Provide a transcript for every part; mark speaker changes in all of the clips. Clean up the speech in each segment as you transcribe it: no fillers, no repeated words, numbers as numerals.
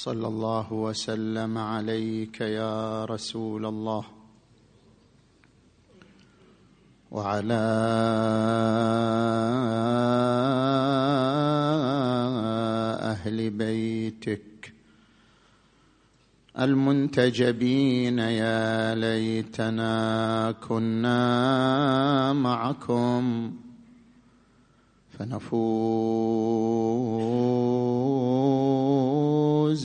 Speaker 1: صلى الله وسلم عليك يا رسول الله وعلى أهل بيتك المنتجبين. يا ليتنا كنا معكم فنفوز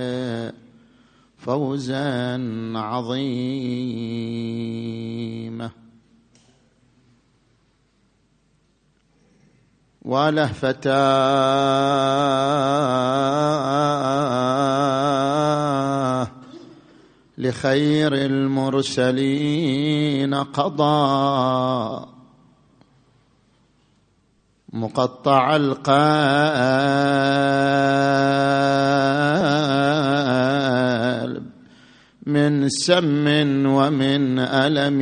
Speaker 1: فوزا عظيما. ولهفة لخير المرسلين قضى مقطع القلب من سم ومن ألم،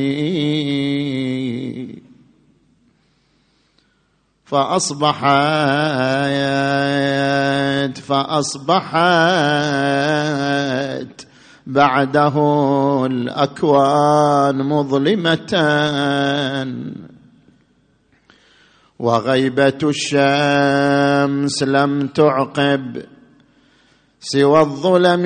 Speaker 1: فأصبحت بعده الأكوان مظلمة، وغيبة الشمس لم تعقب سوى الظلم.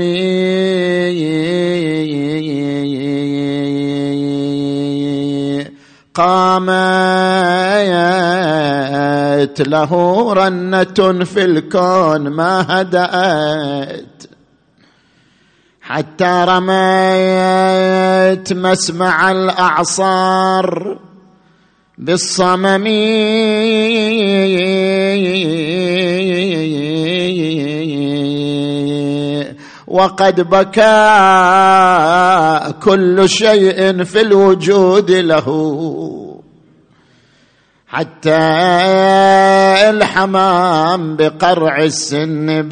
Speaker 1: قامت له رنة في الكون ما هدأت حتى رميت مسمع الأعصار بالصمم. وقد بكى كل شيء في الوجود له، حتى الحمام بقرع السن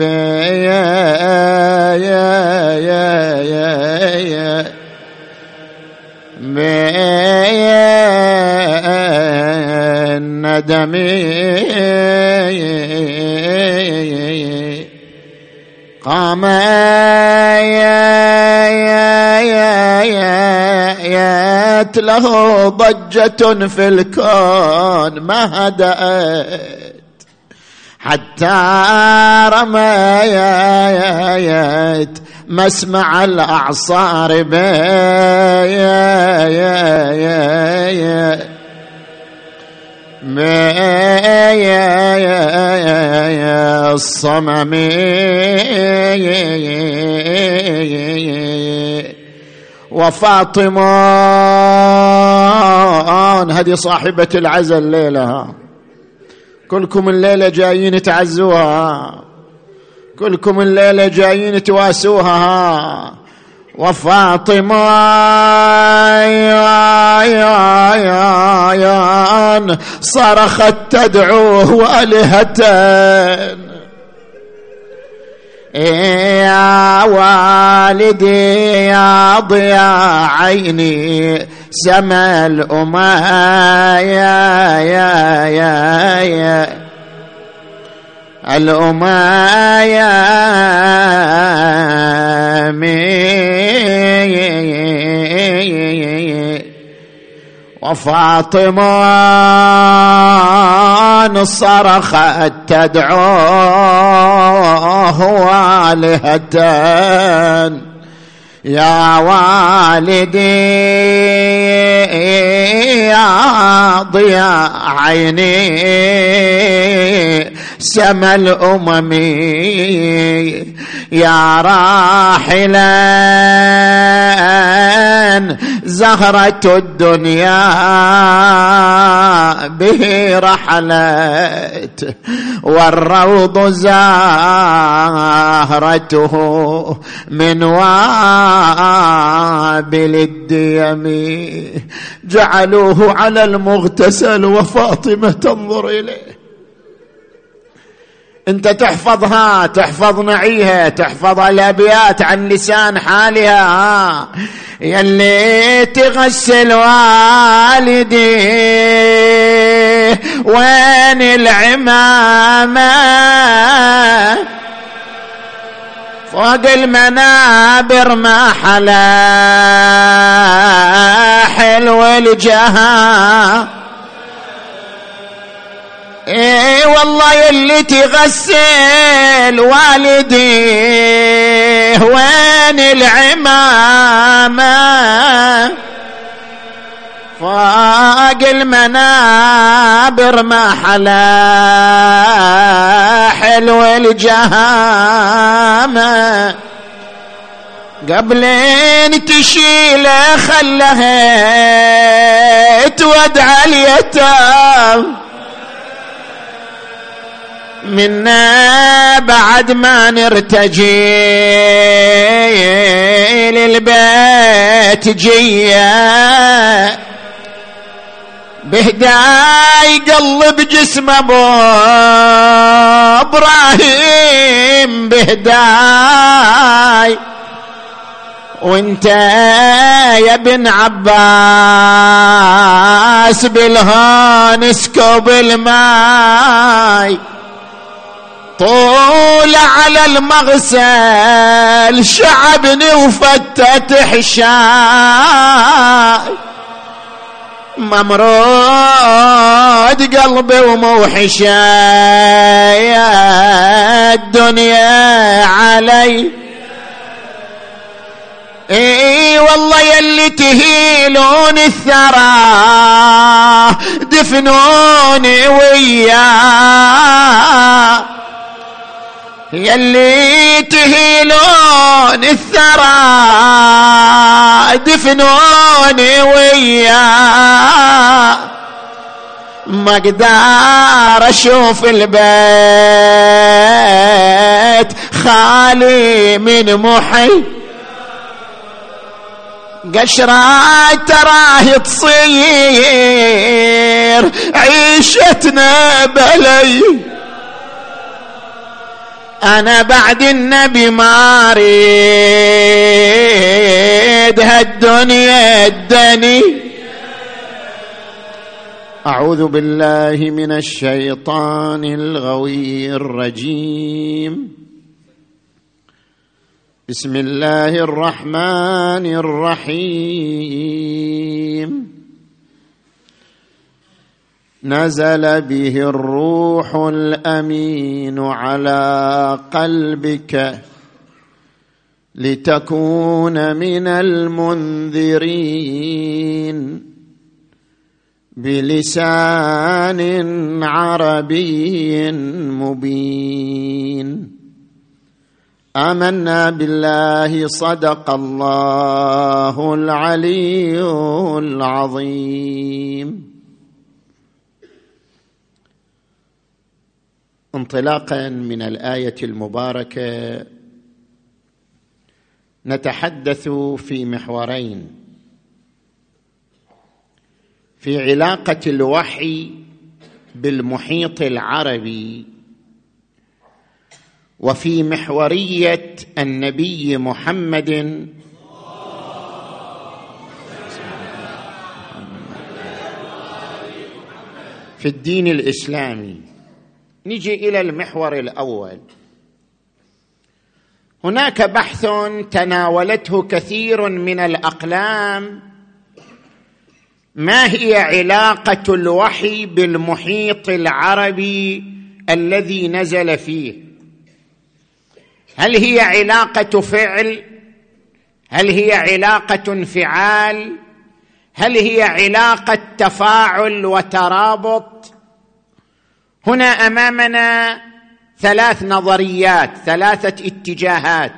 Speaker 1: بالندم. قام له ضجة في الكون ما هدأت حتى رميت مسمع الأعصار الصمم. وفاطمة هذه صاحبة العزا الليلة، كلكم الليلة جايين تعزوها، كلكم الليلة جايين تواسوها. وفاطمة صرخت تدعوه والهة، يا والدي يا ضياء عيني سما وفاطمة صرخت تدعوه والهة، يا والدي يا ضياء عيني سما الأمم، يا راحلا زهرة الدنيا به رحلت، والروض زهرته من وابل الديم، جعلوه على المغتسل وفاطمة تنظر إليه. انت تحفظها، تحفظ نعيها، تحفظ الابيات عن لسان حالها. يلي تغسل والدي وين العمامة،
Speaker 2: فوق المنابر ما حلا حلو الجهام. اي والله يلي تغسل والديه وين العمامة فوق المنابر ما حلا حلو الجهامة. قبلين تشيله خلها تودع اليتام منا بعد ما نرتجي للبيت جيه بهداي قلب جسم ابو ابراهيم بهداي. وانت يا ابن عباس بالهون اسكب الماي طول على المغسل شعبني وفتت حشاي. ممرود قلبي وموحشة الدنيا علي. اي والله يلي تهيلون الثرى دفنوني وياه. يلي تهيلون الثرى دفنوني وياه. ما اقدر اشوف البيت خالي من محي. قشرة تراه تصير عيشتنا بلي. أنا بعد النبي ما أريد هالدنيا الدني.
Speaker 1: أعوذ بالله من الشيطان الغوي الرجيم. بسم الله الرحمن الرحيم. نزل به الروح الأمين على قلبك لتكون من المنذرين بلسان عربي مبين. آمنا بالله صدق الله العلي العظيم. انطلاقا من الآية المباركة نتحدث في محورين: في علاقة الوحي بالمحيط العربي، وفي محورية النبي محمد في الدين الإسلامي. نجي إلى المحور الأول. هناك بحث تناولته كثير من الأقلام: ما هي علاقة الوحي بالمحيط العربي الذي نزل فيه؟ هل هي علاقة فعل؟ هل هي علاقة انفعال؟ هل هي علاقة تفاعل وترابط؟ هنا أمامنا ثلاث نظريات، ثلاثة اتجاهات.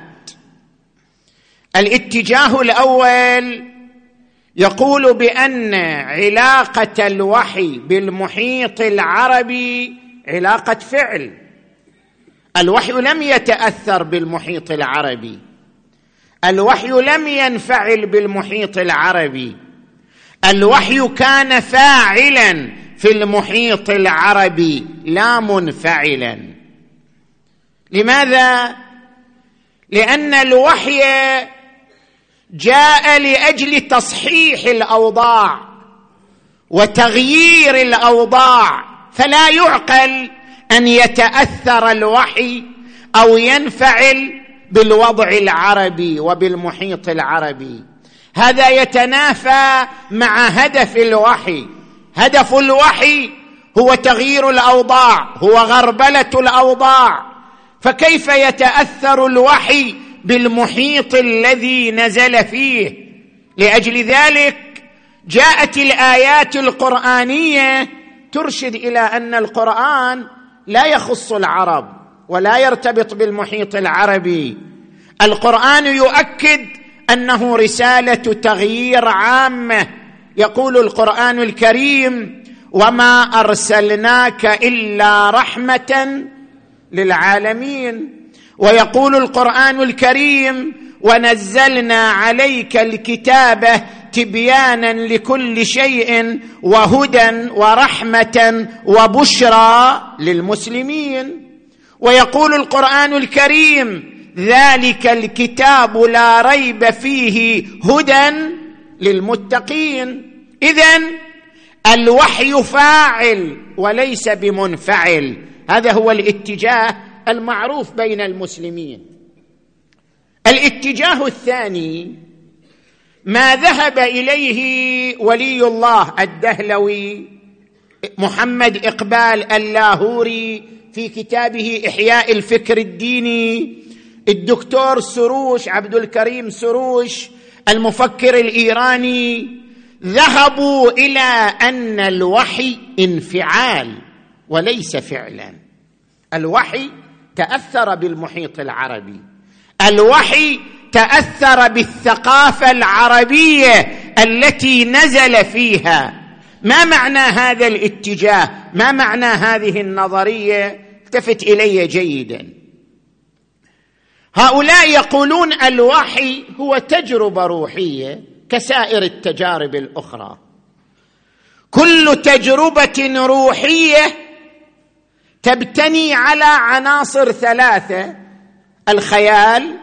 Speaker 1: الاتجاه الأول يقول بأن علاقة الوحي بالمحيط العربي علاقة فعل. الوحي لم يتأثر بالمحيط العربي، الوحي لم ينفعل بالمحيط العربي، الوحي كان فاعلا في المحيط العربي لا منفعلا. لماذا؟ لأن الوحي جاء لأجل تصحيح الأوضاع وتغيير الأوضاع، فلا يعقل أن يتأثر الوحي أو ينفعل
Speaker 3: بالوضع العربي وبالمحيط العربي. هذا يتنافى مع هدف الوحي. هدف الوحي هو تغيير الأوضاع، هو غربلة الأوضاع، فكيف يتأثر الوحي بالمحيط الذي نزل فيه؟ لأجل ذلك جاءت الآيات القرآنية ترشد إلى أن القرآن لا يخص العرب ولا يرتبط بالمحيط العربي. القرآن يؤكد أنه رسالة تغيير عامة. يقول القرآن الكريم: وما أرسلناك إلا رحمة للعالمين. ويقول القرآن الكريم: ونزلنا عليك الكتاب تبيانا لكل شيء وهدى ورحمة وبشرى للمسلمين. ويقول القرآن الكريم: ذلك الكتاب لا ريب فيه هدى للمتقين. إذن الوحي فاعل وليس بمنفعل. هذا هو الاتجاه المعروف بين المسلمين. الاتجاه الثاني ما ذهب إليه ولي الله الدهلوي محمد إقبال اللاهوري في كتابه إحياء الفكر الديني، الدكتور سروش عبد الكريم سروش المفكر الإيراني، ذهبوا إلى أن الوحي انفعال وليس فعلا. الوحي تأثر بالمحيط العربي، الوحي تأثر بالثقافة العربية التي نزل فيها. ما معنى هذا الاتجاه؟ ما معنى هذه النظرية؟ التفت إلي جيدا. هؤلاء يقولون الوحي هو تجربة روحية كسائر التجارب الأخرى. كل تجربة روحية تبتني على عناصر ثلاثة: الخيال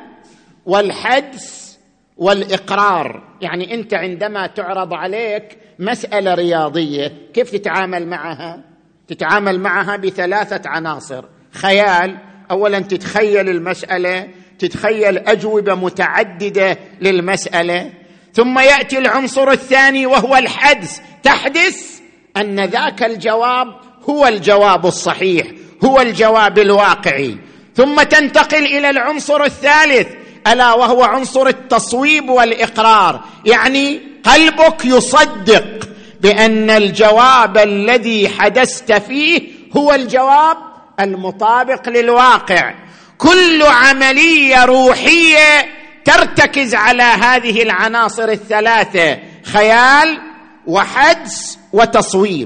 Speaker 3: والحدس والإقرار. يعني أنت عندما تعرض عليك مسألة رياضية كيف تتعامل معها؟ تتعامل معها بثلاثة عناصر: خيال، أولا تتخيل المسألة، تتخيل أجوبة متعددة للمسألة، ثم يأتي العنصر الثاني وهو الحدس، تحدث أن ذاك الجواب هو الجواب الصحيح، هو الجواب الواقعي، ثم تنتقل إلى العنصر الثالث ألا وهو عنصر التصويب والإقرار. يعني قلبك يصدق بأن الجواب الذي حدثت فيه هو الجواب المطابق للواقع. كل عملية روحية ترتكز على هذه العناصر الثلاثة: خيال وحدس وتصويب.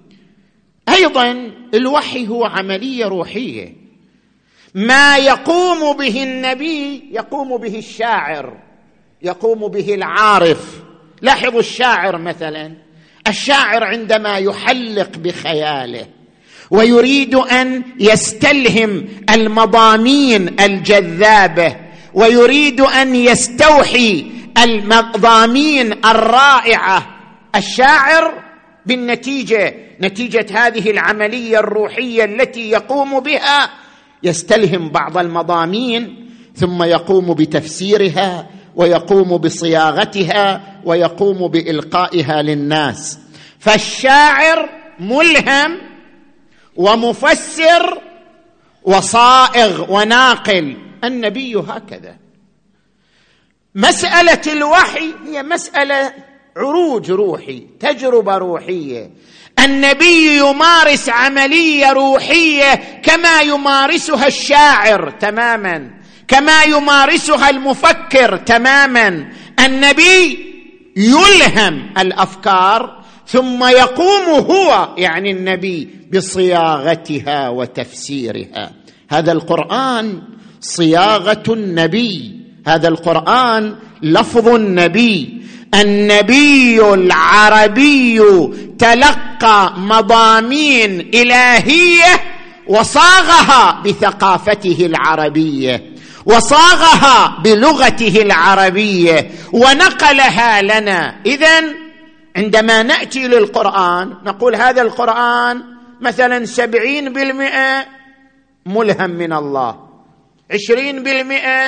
Speaker 3: أيضا الوحي هو عملية روحية. ما يقوم به النبي يقوم به الشاعر، يقوم به العارف. لاحظوا الشاعر مثلا، الشاعر عندما يحلق بخياله ويريد أن يستلهم المضامين الجذابة ويريد أن يستوحي المضامين الرائعة، الشاعر بالنتيجة، نتيجة هذه العملية الروحية التي يقوم بها، يستلهم بعض المضامين ثم يقوم بتفسيرها ويقوم بصياغتها ويقوم بإلقائها للناس. فالشاعر ملهم ومفسر وصائغ وناقل. النبي هكذا. مسألة الوحي هي مسألة عروج روحي، تجربة روحية. النبي يمارس عملية روحية كما يمارسها الشاعر تماما، كما يمارسها المفكر تماما. النبي يلهم الأفكار ثم يقوم هو، يعني النبي، بصياغتها وتفسيرها. هذا القرآن صياغة النبي، هذا القرآن لفظ النبي. النبي العربي تلقى مضامين إلهية وصاغها بثقافته العربية وصاغها بلغته العربية ونقلها لنا. إذن عندما نأتي للقرآن نقول هذا القرآن مثلا 70% ملهم من الله، 20%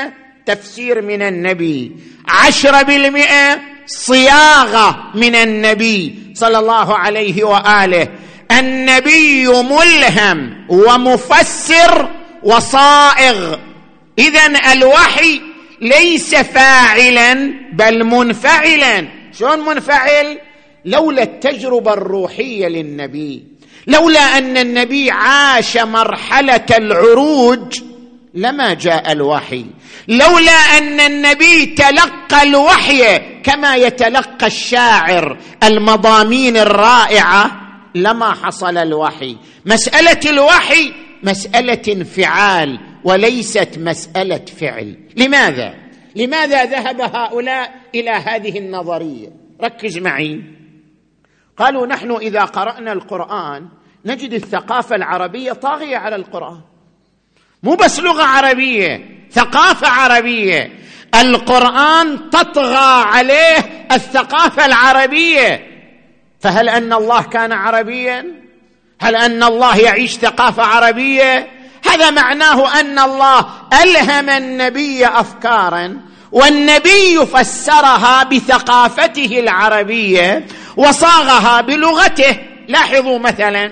Speaker 3: تفسير من النبي، 10% صياغة من النبي صلى الله عليه وآله. النبي ملهم ومفسر وصائغ. إذن الوحي ليس فاعلا بل منفعلا. شلون منفعل؟ لولا التجربة الروحية للنبي، لولا أن النبي عاش مرحلة العروج لما جاء الوحي، لولا أن النبي تلقى الوحي كما يتلقى الشاعر المضامين الرائعة لما حصل الوحي. مسألة الوحي مسألة انفعال وليست مسألة فعل. لماذا ذهب هؤلاء إلى هذه النظرية؟ ركز معي. قالوا نحن إذا قرأنا القرآن نجد الثقافة العربية طاغية على القرآن، مو بس لغة عربية، ثقافة عربية. القرآن تطغى عليه الثقافة العربية. فهل أن الله كان عربيا؟ هل أن الله يعيش ثقافة عربية؟ هذا معناه أن الله ألهم النبي أفكارا والنبي فسرها بثقافته العربية وصاغها بلغته. لاحظوا مثلا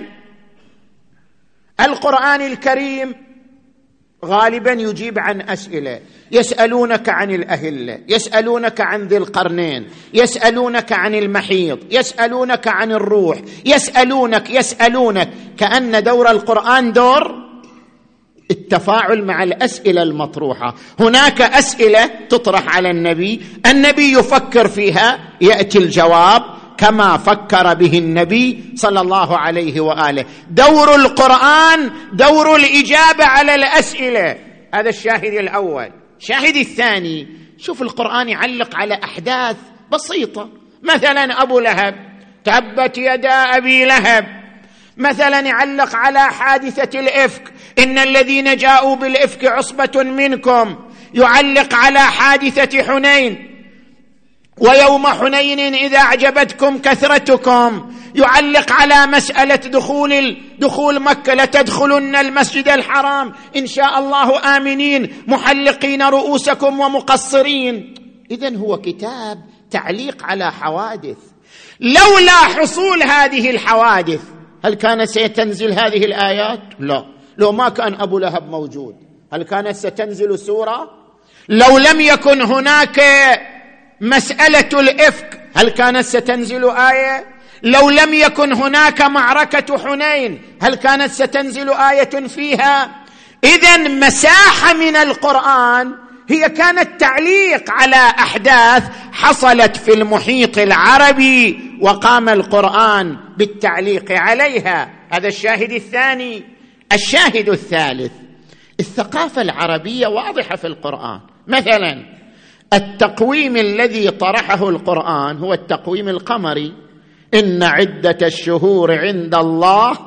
Speaker 3: القرآن الكريم غالبا يجيب عن أسئلة. يسألونك عن الأهلة، يسألونك عن ذي القرنين، يسألونك عن المحيض، يسألونك عن الروح، يسألونك. كأن دور القرآن دور التفاعل مع الأسئلة المطروحة. هناك أسئلة تطرح على النبي يفكر فيها، يأتي الجواب كما فكر به النبي صلى الله عليه وآله. دور القرآن دور الإجابة على الأسئلة. هذا الشاهد الأول. الشاهد الثاني، شوف القرآن يعلق على أحداث بسيطة. مثلا أبو لهب، تبت يدا أبي لهب. مثلا يعلق على حادثة الإفك، إن الذين جاءوا بالإفك عصبة منكم. يعلق على حادثة حنين، ويوم حنين إذا أعجبتكم كثرتكم. يعلق على مسألة دخول مكة، لتدخلن المسجد الحرام إن شاء الله آمنين محلقين رؤوسكم ومقصرين. إذن هو كتاب تعليق على حوادث. لولا حصول هذه الحوادث هل كان سيتنزل هذه الآيات؟ لا. لو ما كان أبو لهب موجود هل كانت ستنزل سورة؟ لو لم يكن هناك مسألة الإفك هل كانت ستنزل آية؟ لو لم يكن هناك معركة حنين هل كانت ستنزل آية فيها؟ إذن مساحة من القرآن هي كانت تعليق على أحداث حصلت في المحيط العربي وقام القرآن بالتعليق عليها. هذا الشاهد الثاني. الشاهد الثالث، الثقافة العربية واضحة في القرآن. مثلا التقويم الذي طرحه القرآن هو التقويم القمري. إن عدة الشهور عند الله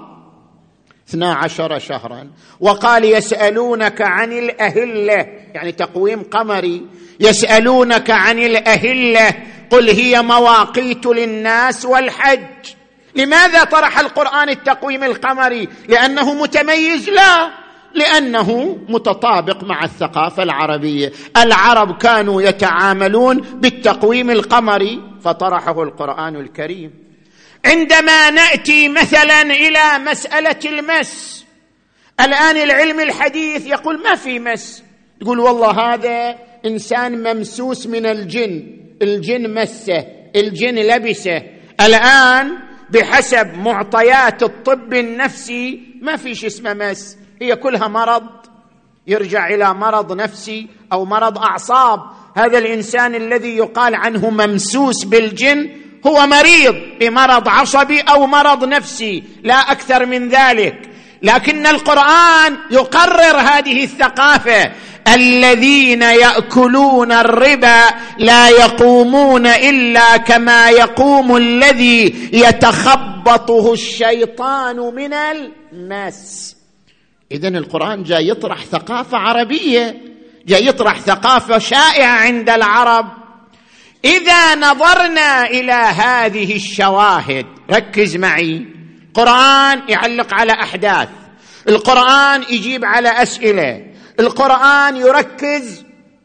Speaker 3: 12 شهرا. وقال يسألونك عن الأهلة، يعني تقويم قمري. يسألونك عن الأهلة قل هي مواقيت للناس والحج. لماذا طرح القرآن التقويم القمري؟ لأنه متميز؟ لا، لأنه متطابق مع الثقافة العربية. العرب كانوا يتعاملون بالتقويم القمري فطرحه القرآن الكريم. عندما نأتي مثلا إلى مسألة المس، الآن العلم الحديث يقول ما في مس. يقول والله هذا إنسان ممسوس من الجن مسه، الجن لبسه. الآن بحسب معطيات الطب النفسي ما في شيء اسمه مس، هي كلها مرض يرجع إلى مرض نفسي أو مرض أعصاب. هذا الإنسان الذي يقال عنه ممسوس بالجن هو مريض بمرض عصبي أو مرض نفسي، لا أكثر من ذلك. لكن القرآن يقرر هذه الثقافة. الذين يأكلون الربا لا يقومون إلا كما يقوم الذي يتخبطه الشيطان من المس. إذن القرآن جاء يطرح ثقافة عربية، جاء يطرح ثقافة شائعة عند العرب. إذا نظرنا إلى هذه الشواهد، ركز معي، القرآن يعلق على أحداث، القرآن يجيب على أسئلة، القرآن يركز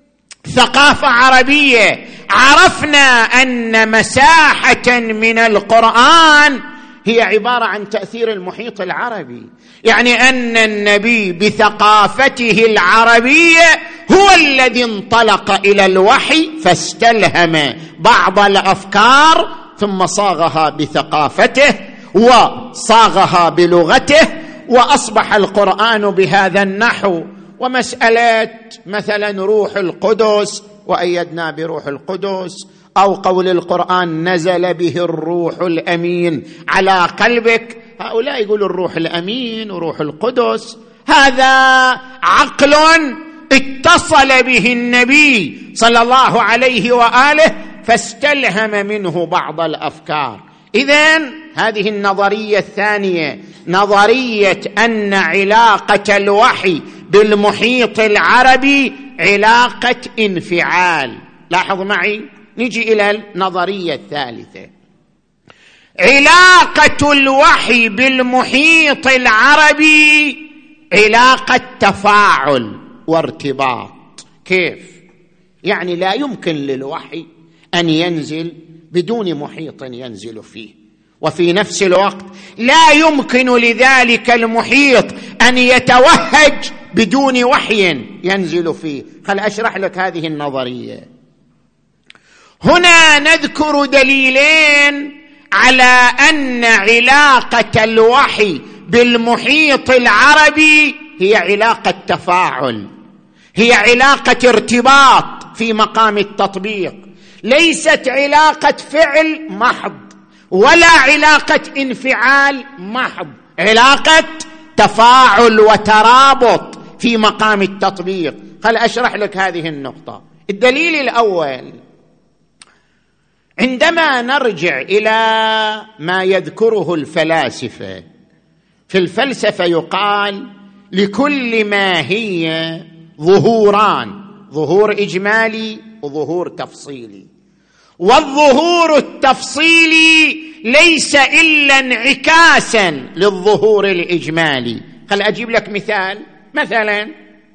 Speaker 3: ثقافة عربية، عرفنا أن مساحة من القرآن هي عبارة عن تأثير المحيط العربي، يعني أن النبي بثقافته العربية هو الذي انطلق إلى الوحي فاستلهم بعض الأفكار ثم صاغها بثقافته وصاغها بلغته، وأصبح القرآن بهذا النحو. ومسألة مثلا روح القدس وأيدنا بروح القدس، أو قول القرآن نزل به الروح الأمين على قلبك، هؤلاء يقولوا الروح الأمين وروح القدس، هذا عقل اتصل به النبي صلى الله عليه وآله فاستلهم منه بعض الأفكار. إذن هذه النظرية الثانية، نظرية أن علاقة الوحي بالمحيط العربي علاقة انفعال. لاحظ معي، نجي إلى النظرية الثالثة، علاقة الوحي بالمحيط العربي علاقة تفاعل وارتباط. كيف؟ يعني لا يمكن للوحي أن ينزل بدون محيط ينزل فيه، وفي نفس الوقت لا يمكن لذلك المحيط أن يتوهج بدون وحي ينزل فيه. خل أشرح لك هذه النظرية. هنا نذكر دليلين على أن علاقة الوحي بالمحيط العربي هي علاقة تفاعل، هي علاقة ارتباط في مقام التطبيق، ليست علاقة فعل محض ولا علاقة انفعال محض، علاقة تفاعل وترابط في مقام التطبيق. خل أشرح لك هذه النقطة. الدليل الأول، عندما نرجع إلى ما يذكره الفلاسفة، في الفلسفة يقال لكل ماهية ظهوران، ظهور إجمالي وظهور تفصيلي، والظهور التفصيلي ليس إلا انعكاسا للظهور الإجمالي. خل أجيب لك مثال. مثلا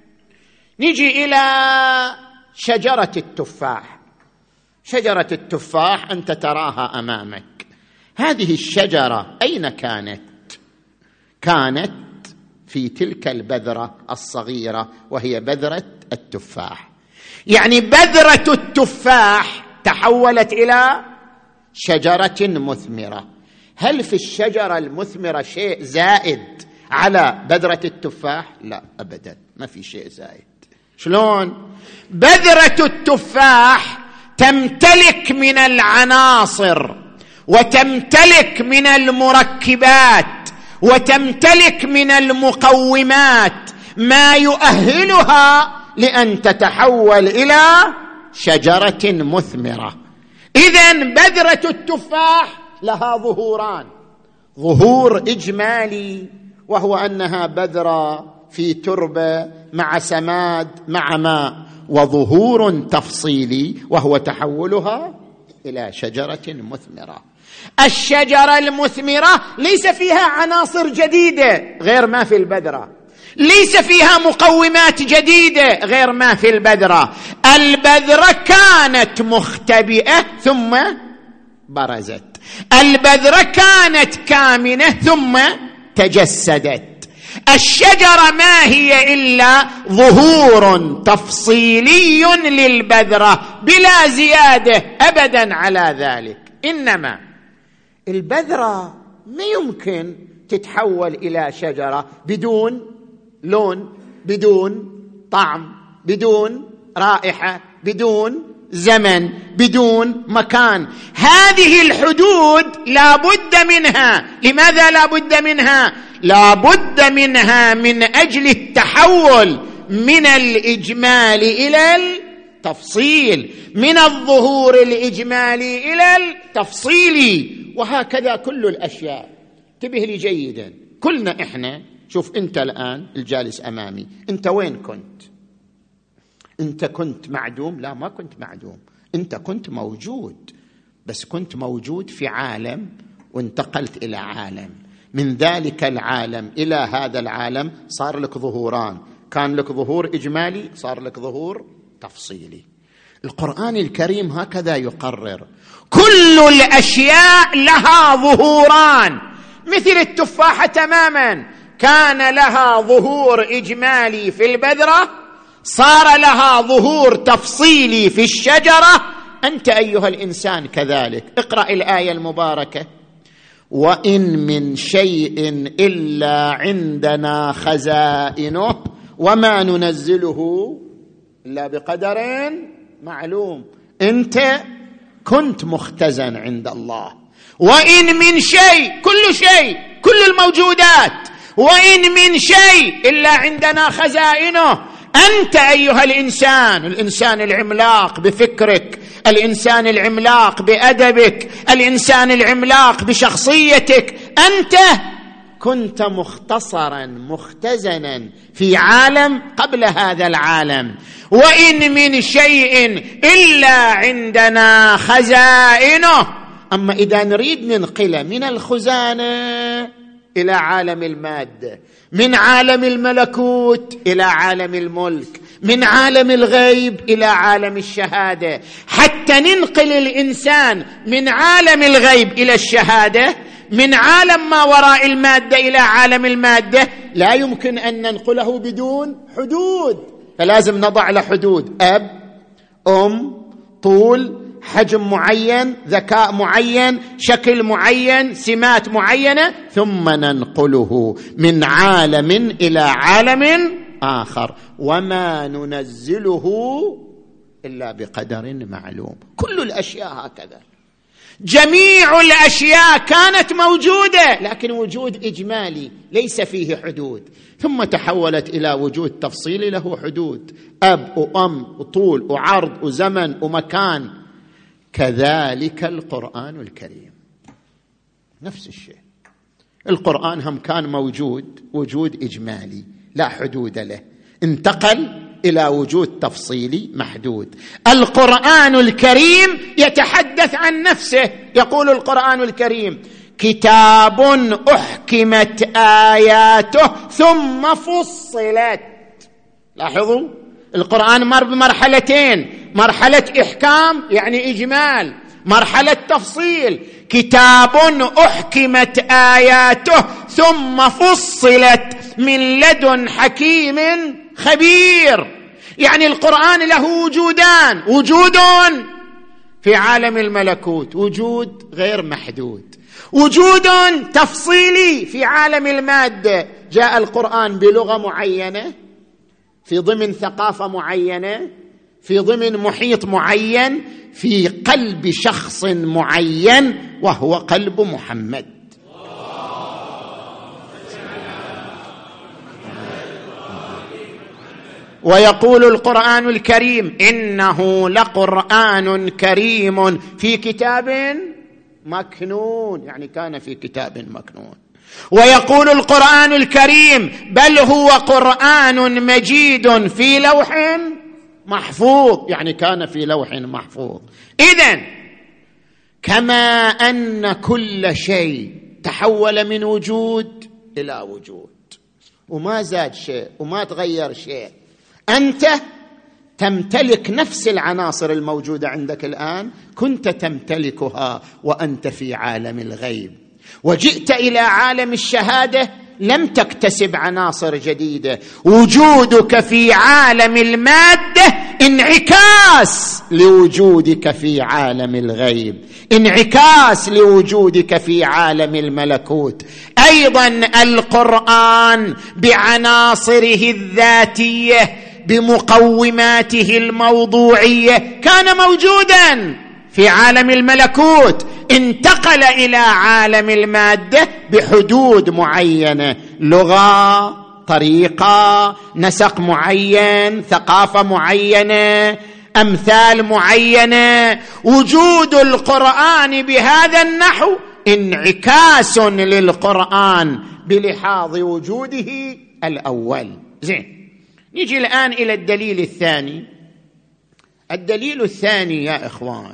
Speaker 3: نجي إلى شجرة التفاح. شجرة التفاح أنت تراها أمامك، هذه الشجرة أين كانت؟ كانت في تلك البذرة الصغيرة وهي بذرة التفاح، يعني بذرة التفاح تحولت إلى شجرة مثمرة. هل في الشجرة المثمرة شيء زائد على بذرة التفاح؟ لا أبدا، ما في شيء زائد. شلون؟ بذرة التفاح تمتلك من العناصر وتمتلك من المركبات وتمتلك من المقومات ما يؤهلها لأن تتحول إلى شجرة مثمرة. إذن بذرة التفاح لها ظهوران، ظهور إجمالي وهو أنها بذرة في تربة مع سماد مع ماء، وظهور تفصيلي وهو تحولها إلى شجرة مثمرة. الشجرة المثمرة ليس فيها عناصر جديدة غير ما في البذرة، ليس فيها مقومات جديدة غير ما في البذرة. البذرة كانت مختبئة ثم برزت، البذرة كانت كامنة ثم تجسدت. الشجرة ما هي إلا ظهور تفصيلي للبذرة بلا زيادة أبدا على ذلك. إنما البذرة ما يمكن تتحول إلى شجرة بدون لون، بدون طعم، بدون رائحة، بدون زمن، بدون مكان. هذه الحدود لا بد منها. لماذا لا بد منها؟ لا بد منها من أجل التحول من الإجمال إلى التفصيل، من الظهور الإجمالي إلى التفصيلي، وهكذا كل الأشياء. انتبه لي جيدا، كلنا إحنا، شوف أنت الآن الجالس أمامي، أنت وين كنت؟ أنت كنت معدوم؟ لا، ما كنت معدوم، أنت كنت موجود، بس كنت موجود في عالم وانتقلت إلى عالم. من ذلك العالم إلى هذا العالم صار لك ظهوران، كان لك ظهور إجمالي، صار لك ظهور تفصيلي. القرآن الكريم هكذا يقرر: كل الأشياء لها ظهوران، مثل التفاحة تماما، كان لها ظهور إجمالي في البذرة، صار لها ظهور تفصيلي في الشجرة. أنت أيها الإنسان كذلك. اقرأ الآية المباركة: وإن من شيء إلا عندنا خزائنه وما ننزله إلا بقدر معلوم. أنت كنت مختزن عند الله. وإن من شيء، كل شيء، كل الموجودات، وإن من شيء إلا عندنا خزائنه. أنت أيها الإنسان، الإنسان العملاق بفكرك، الإنسان العملاق بأدبك، الإنسان العملاق بشخصيتك، أنت كنت مختصرا مختزنا في عالم قبل هذا العالم. وإن من شيء إلا عندنا خزائنه. أما إذا نريد ننقله من الخزانة إلى عالم المادة، من عالم الملكوت إلى عالم الملك، من عالم الغيب إلى عالم الشهادة، حتى ننقل الإنسان من عالم الغيب إلى الشهادة، من عالم ما وراء المادة إلى عالم المادة، لا يمكن أن ننقله بدون حدود، فلازم نضع له حدود: أب، أم، طول، حجم معين، ذكاء معين، شكل معين، سمات معينة، ثم ننقله من عالم إلى عالم آخر. وما ننزله إلا بقدر معلوم. كل الأشياء هكذا، جميع الأشياء كانت موجودة، لكن وجود إجمالي ليس فيه حدود، ثم تحولت إلى وجود تفصيلي له حدود: أب وأم وطول وعرض وزمن ومكان. كذلك القرآن الكريم نفس الشيء. القرآن هم كان موجود وجود إجمالي لا حدود له، انتقل إلى وجود تفصيلي محدود. القرآن الكريم يتحدث عن نفسه، يقول القرآن الكريم: كتاب أحكمت آياته ثم فصلت. لاحظوا القرآن مر بمرحلتين: مرحلة إحكام يعني إجمال، مرحلة تفصيل. كتاب أحكمت آياته ثم فصلت من لدن حكيم خبير. يعني القرآن له وجودان: وجود في عالم الملكوت، وجود غير محدود، وجود تفصيلي في عالم المادة. جاء القرآن بلغة معينة، في ضمن ثقافة معينة، في ضمن محيط معين، في قلب شخص معين، وهو قلب محمد. ويقول القرآن الكريم: إنه لقرآن كريم في كتاب مكنون، يعني كان في كتاب مكنون. ويقول القرآن الكريم: بل هو قرآن مجيد في لوح محفوظ، يعني كان في لوح محفوظ. إذن كما أن كل شيء تحول من وجود إلى وجود، وما زاد شيء وما تغير شيء، أنت تمتلك نفس العناصر الموجودة عندك الآن، كنت تمتلكها وأنت في عالم الغيب، وجئت إلى عالم الشهادة لم تكتسب عناصر جديدة. وجودك في عالم المادة انعكاس لوجودك في عالم الغيب، انعكاس لوجودك في عالم الملكوت. أيضا القرآن بعناصره الذاتية، بمقوماته الموضوعية، كان موجودا في عالم الملكوت، انتقل إلى عالم المادة بحدود معينة: لغة، طريقة، نسق معين، ثقافة معينة، أمثال معينة. وجود القرآن بهذا النحو انعكاس للقرآن بلحاظ وجوده الأول. زين، نيجي الآن إلى الدليل الثاني. الدليل الثاني يا إخوان،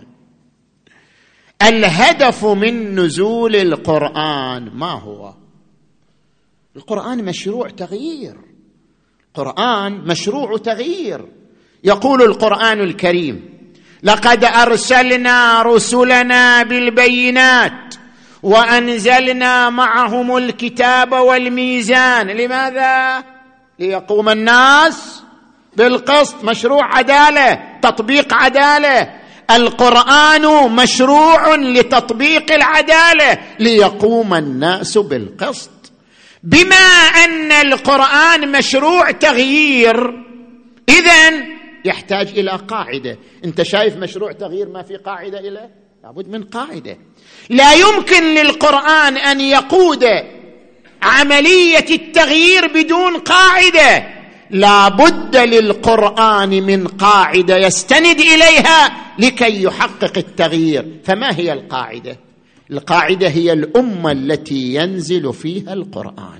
Speaker 3: الهدف من نزول القرآن ما هو؟ القرآن مشروع تغيير، القرآن مشروع تغيير. يقول القرآن الكريم: لقد أرسلنا رسلنا بالبينات وأنزلنا معهم الكتاب والميزان. لماذا؟ ليقوم الناس بالقسط. مشروع عدالة، تطبيق عدالة. القرآن مشروع لتطبيق العدالة ليقوم الناس بالقسط. بما أن القرآن مشروع تغيير، إذن يحتاج إلى قاعدة. أنت شايف مشروع تغيير ما في قاعدة إليه؟ لابد من قاعدة. لا يمكن للقرآن أن يقود عملية التغيير بدون قاعدة. لا بد للقرآن من قاعدة يستند إليها لكي يحقق التغيير. فما هي القاعدة؟ القاعدة هي الأمة التي ينزل فيها القرآن.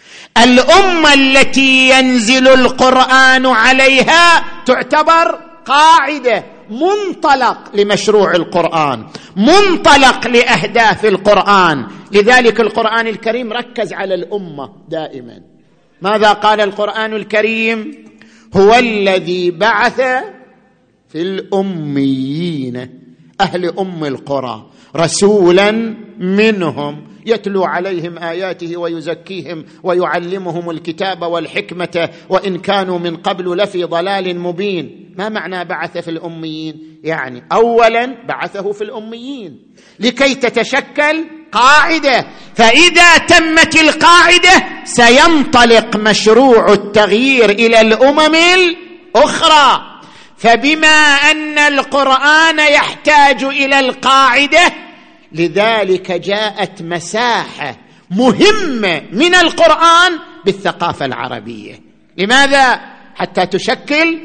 Speaker 3: الأمة التي ينزل القرآن عليها تعتبر قاعدة، منطلق لمشروع القرآن، منطلق لأهداف القرآن. لذلك القرآن الكريم ركز على الأمة دائما. ماذا قال القرآن الكريم؟ هو الذي بعث في الأميين، أهل أم القرى، رسولا منهم يتلو عليهم آياته ويزكيهم ويعلمهم الكتاب والحكمة وإن كانوا من قبل لفي ضلال مبين. ما معنى بعث في الأميين؟ يعني أولا بعثه في الأميين لكي تتشكل قاعدة، فإذا تمت القاعدة سينطلق مشروع التغيير إلى الأمم الأخرى. فبما أن القرآن يحتاج إلى القاعدة، لذلك جاءت مساحة مهمة من القرآن بالثقافة العربية. لماذا؟ حتى تشكل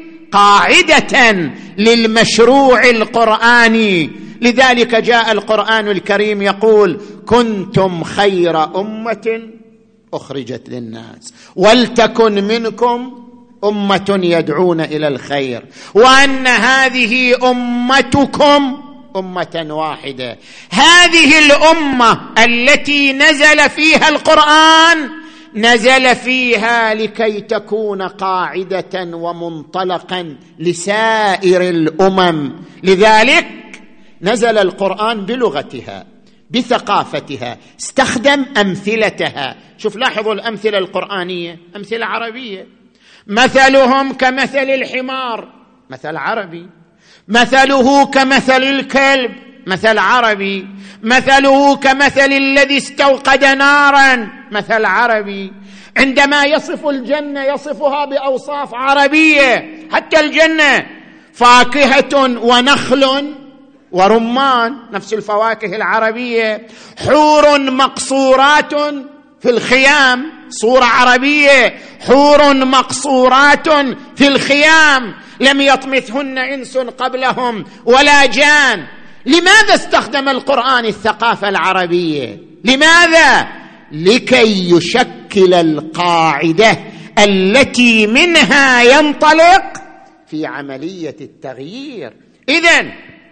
Speaker 3: قاعدة للمشروع القرآني. لذلك جاء القرآن الكريم يقول: كنتم خير أمة أخرجت للناس ولتكن منكم أمة يدعون إلى الخير وأن هذه أمتكم أمة واحدة. هذه الأمة التي نزل فيها القرآن نزل فيها لكي تكون قاعدة ومنطلقا لسائر الأمم. لذلك نزل القرآن بلغتها، بثقافتها، استخدم أمثلتها. شوف، لاحظوا الأمثلة القرآنية أمثلة عربية. مثلهم كمثل الحمار، مثل عربي. مثله كمثل الكلب، مثل عربي. مثله كمثل الذي استوقد نارا، مثل عربي. عندما يصف الجنة يصفها بأوصاف عربية. حتى الجنة فاكهة ونخل ورمان، نفس الفواكه العربية. حور مقصورات في الخيام، صورة عربية. حور مقصورات في الخيام لم يطمثهن إنس قبلهم ولا جان. لماذا استخدم القرآن الثقافة العربية؟ لماذا؟ لكي يشكل القاعدة التي منها ينطلق في عملية التغيير. إذن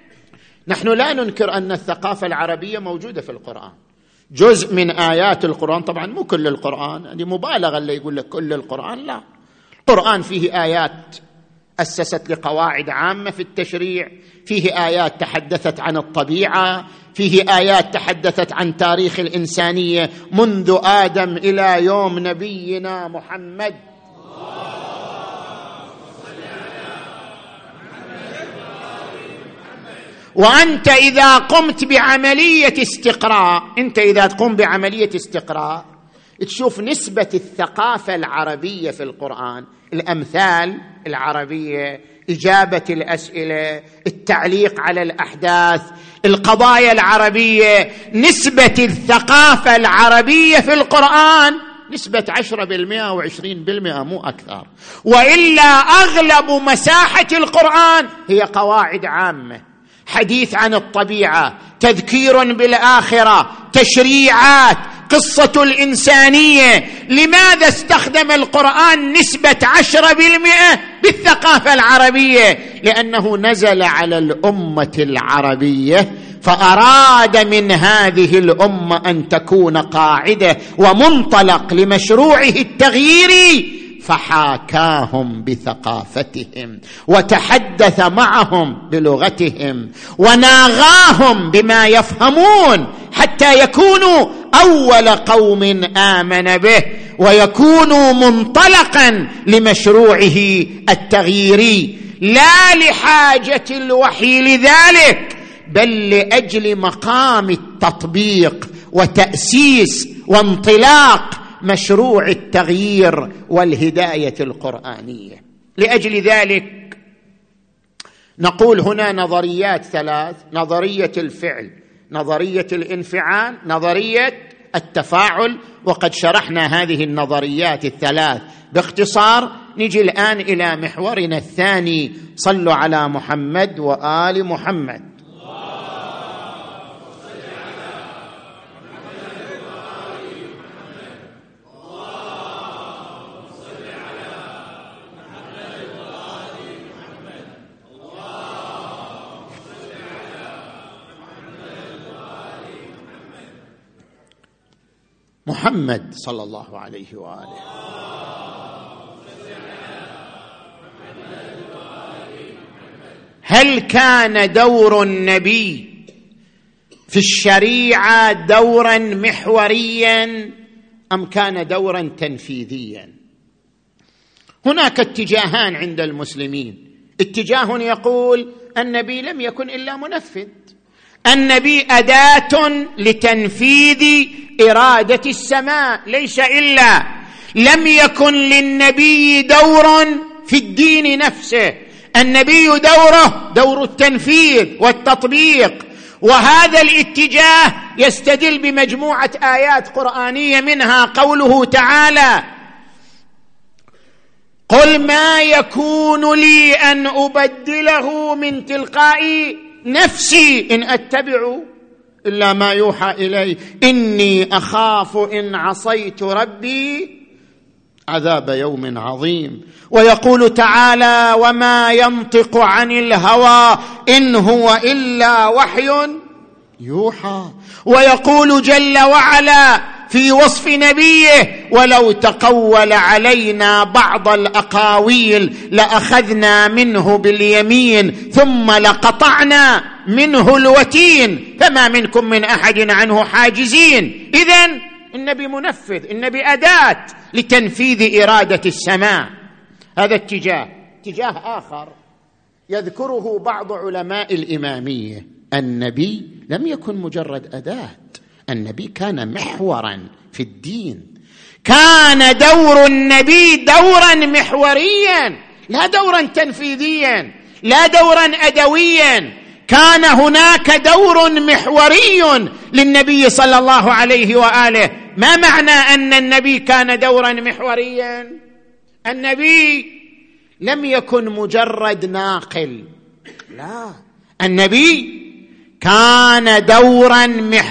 Speaker 3: نحن لا ننكر أن الثقافة العربية موجودة في القرآن، جزء من آيات القرآن. طبعا مو كل القرآن، هذه مبالغة اللي يقول لك كل القرآن، لا. القرآن فيه آيات أسست لقواعد عامة في التشريع، فيه آيات تحدثت عن الطبيعة، فيه آيات تحدثت عن تاريخ الإنسانية منذ آدم إلى يوم نبينا محمد. وأنت إذا قمت بعملية استقراء، أنت إذا تقوم بعملية استقراء تشوف نسبة الثقافة العربية في القرآن، الأمثال العربية، إجابة الأسئلة، التعليق على الأحداث، القضايا العربية. نسبة الثقافة العربية في القرآن نسبة 10% و20%، مو أكثر. وإلا أغلب مساحة القرآن هي قواعد عامة، حديث عن الطبيعة، تذكير بالآخرة، تشريعات، قصة الإنسانية. لماذا استخدم القرآن نسبة 10% بالثقافة العربية؟ لأنه نزل على الأمة العربية، فأراد من هذه الأمة أن تكون قاعدة ومنطلق لمشروعه التغييري، فحاكاهم بثقافتهم وتحدث معهم بلغتهم وناغاهم بما يفهمون حتى يكونوا أول قوم آمن به ويكونوا منطلقا لمشروعه التغييري، لا لحاجة الوحي لذلك بل لأجل مقام التطبيق وتأسيس وانطلاق مشروع التغيير والهداية القرآنية. لأجل ذلك نقول هنا نظريات ثلاث: نظرية الفعل، نظرية الانفعال، نظرية التفاعل. وقد شرحنا هذه النظريات الثلاث باختصار. نجي الآن إلى محورنا الثاني. صلوا على محمد وآل محمد. محمد صلى الله عليه وآله. هل كان دور النبي في الشريعة دورا محوريا أم كان دورا تنفيذيا؟ هناك اتجاهان عند المسلمين. اتجاه يقول النبي لم يكن إلا منفذ، النبي أداة لتنفيذ إرادة السماء ليس إلا. لم يكن للنبي دور في الدين نفسه، النبي دوره دور التنفيذ والتطبيق. وهذا الاتجاه يستدل بمجموعة آيات قرآنية منها قوله تعالى: قل ما يكون لي أن أبدله من تلقاء نفسي إن أتبع إلا ما يوحى إلي إني أخاف إن عصيت ربي عذاب يوم عظيم. ويقول تعالى: وما ينطق عن الهوى إن هو إلا وحي يوحى. ويقول جل وعلا في وصف نبيه: ولو تقول علينا بعض الأقاويل لأخذنا منه باليمين ثم لقطعنا منه الوتين فما منكم من أحد عنه حاجزين. إذن النبي منفذ، النبي أداة لتنفيذ إرادة السماء. هذا اتجاه آخر يذكره بعض علماء الإمامية: النبي لم يكن مجرد أداة، النبي كان محورا في الدين. كان دور النبي دورا محوريا لا دورا تنفيذيا لا دورا أدويا. كان هناك دور محوري للنبي صلى الله عليه وآله. ما معنى أن النبي كان دورا محوريا؟ النبي لم يكن مجرد ناقل، لا، النبي كان دورا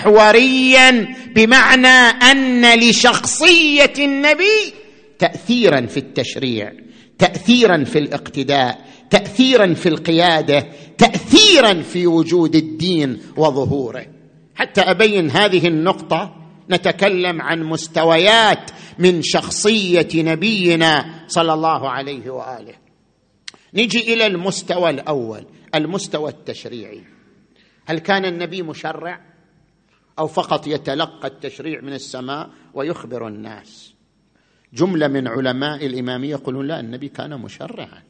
Speaker 3: محوريا بمعنى أن لشخصية النبي تأثيرا في التشريع، تأثيرا في الاقتداء، تأثيرا في القيادة، تأثيرا في وجود الدين وظهوره. حتى أبين هذه النقطة نتكلم عن مستويات من شخصية نبينا صلى الله عليه وآله. نجي إلى المستوى الأول، المستوى التشريعي. هل كان النبي مشرع أو فقط يتلقى التشريع من السماء ويخبر الناس؟ جملة من علماء الإمامية يقولون لا، النبي كان مشرعا.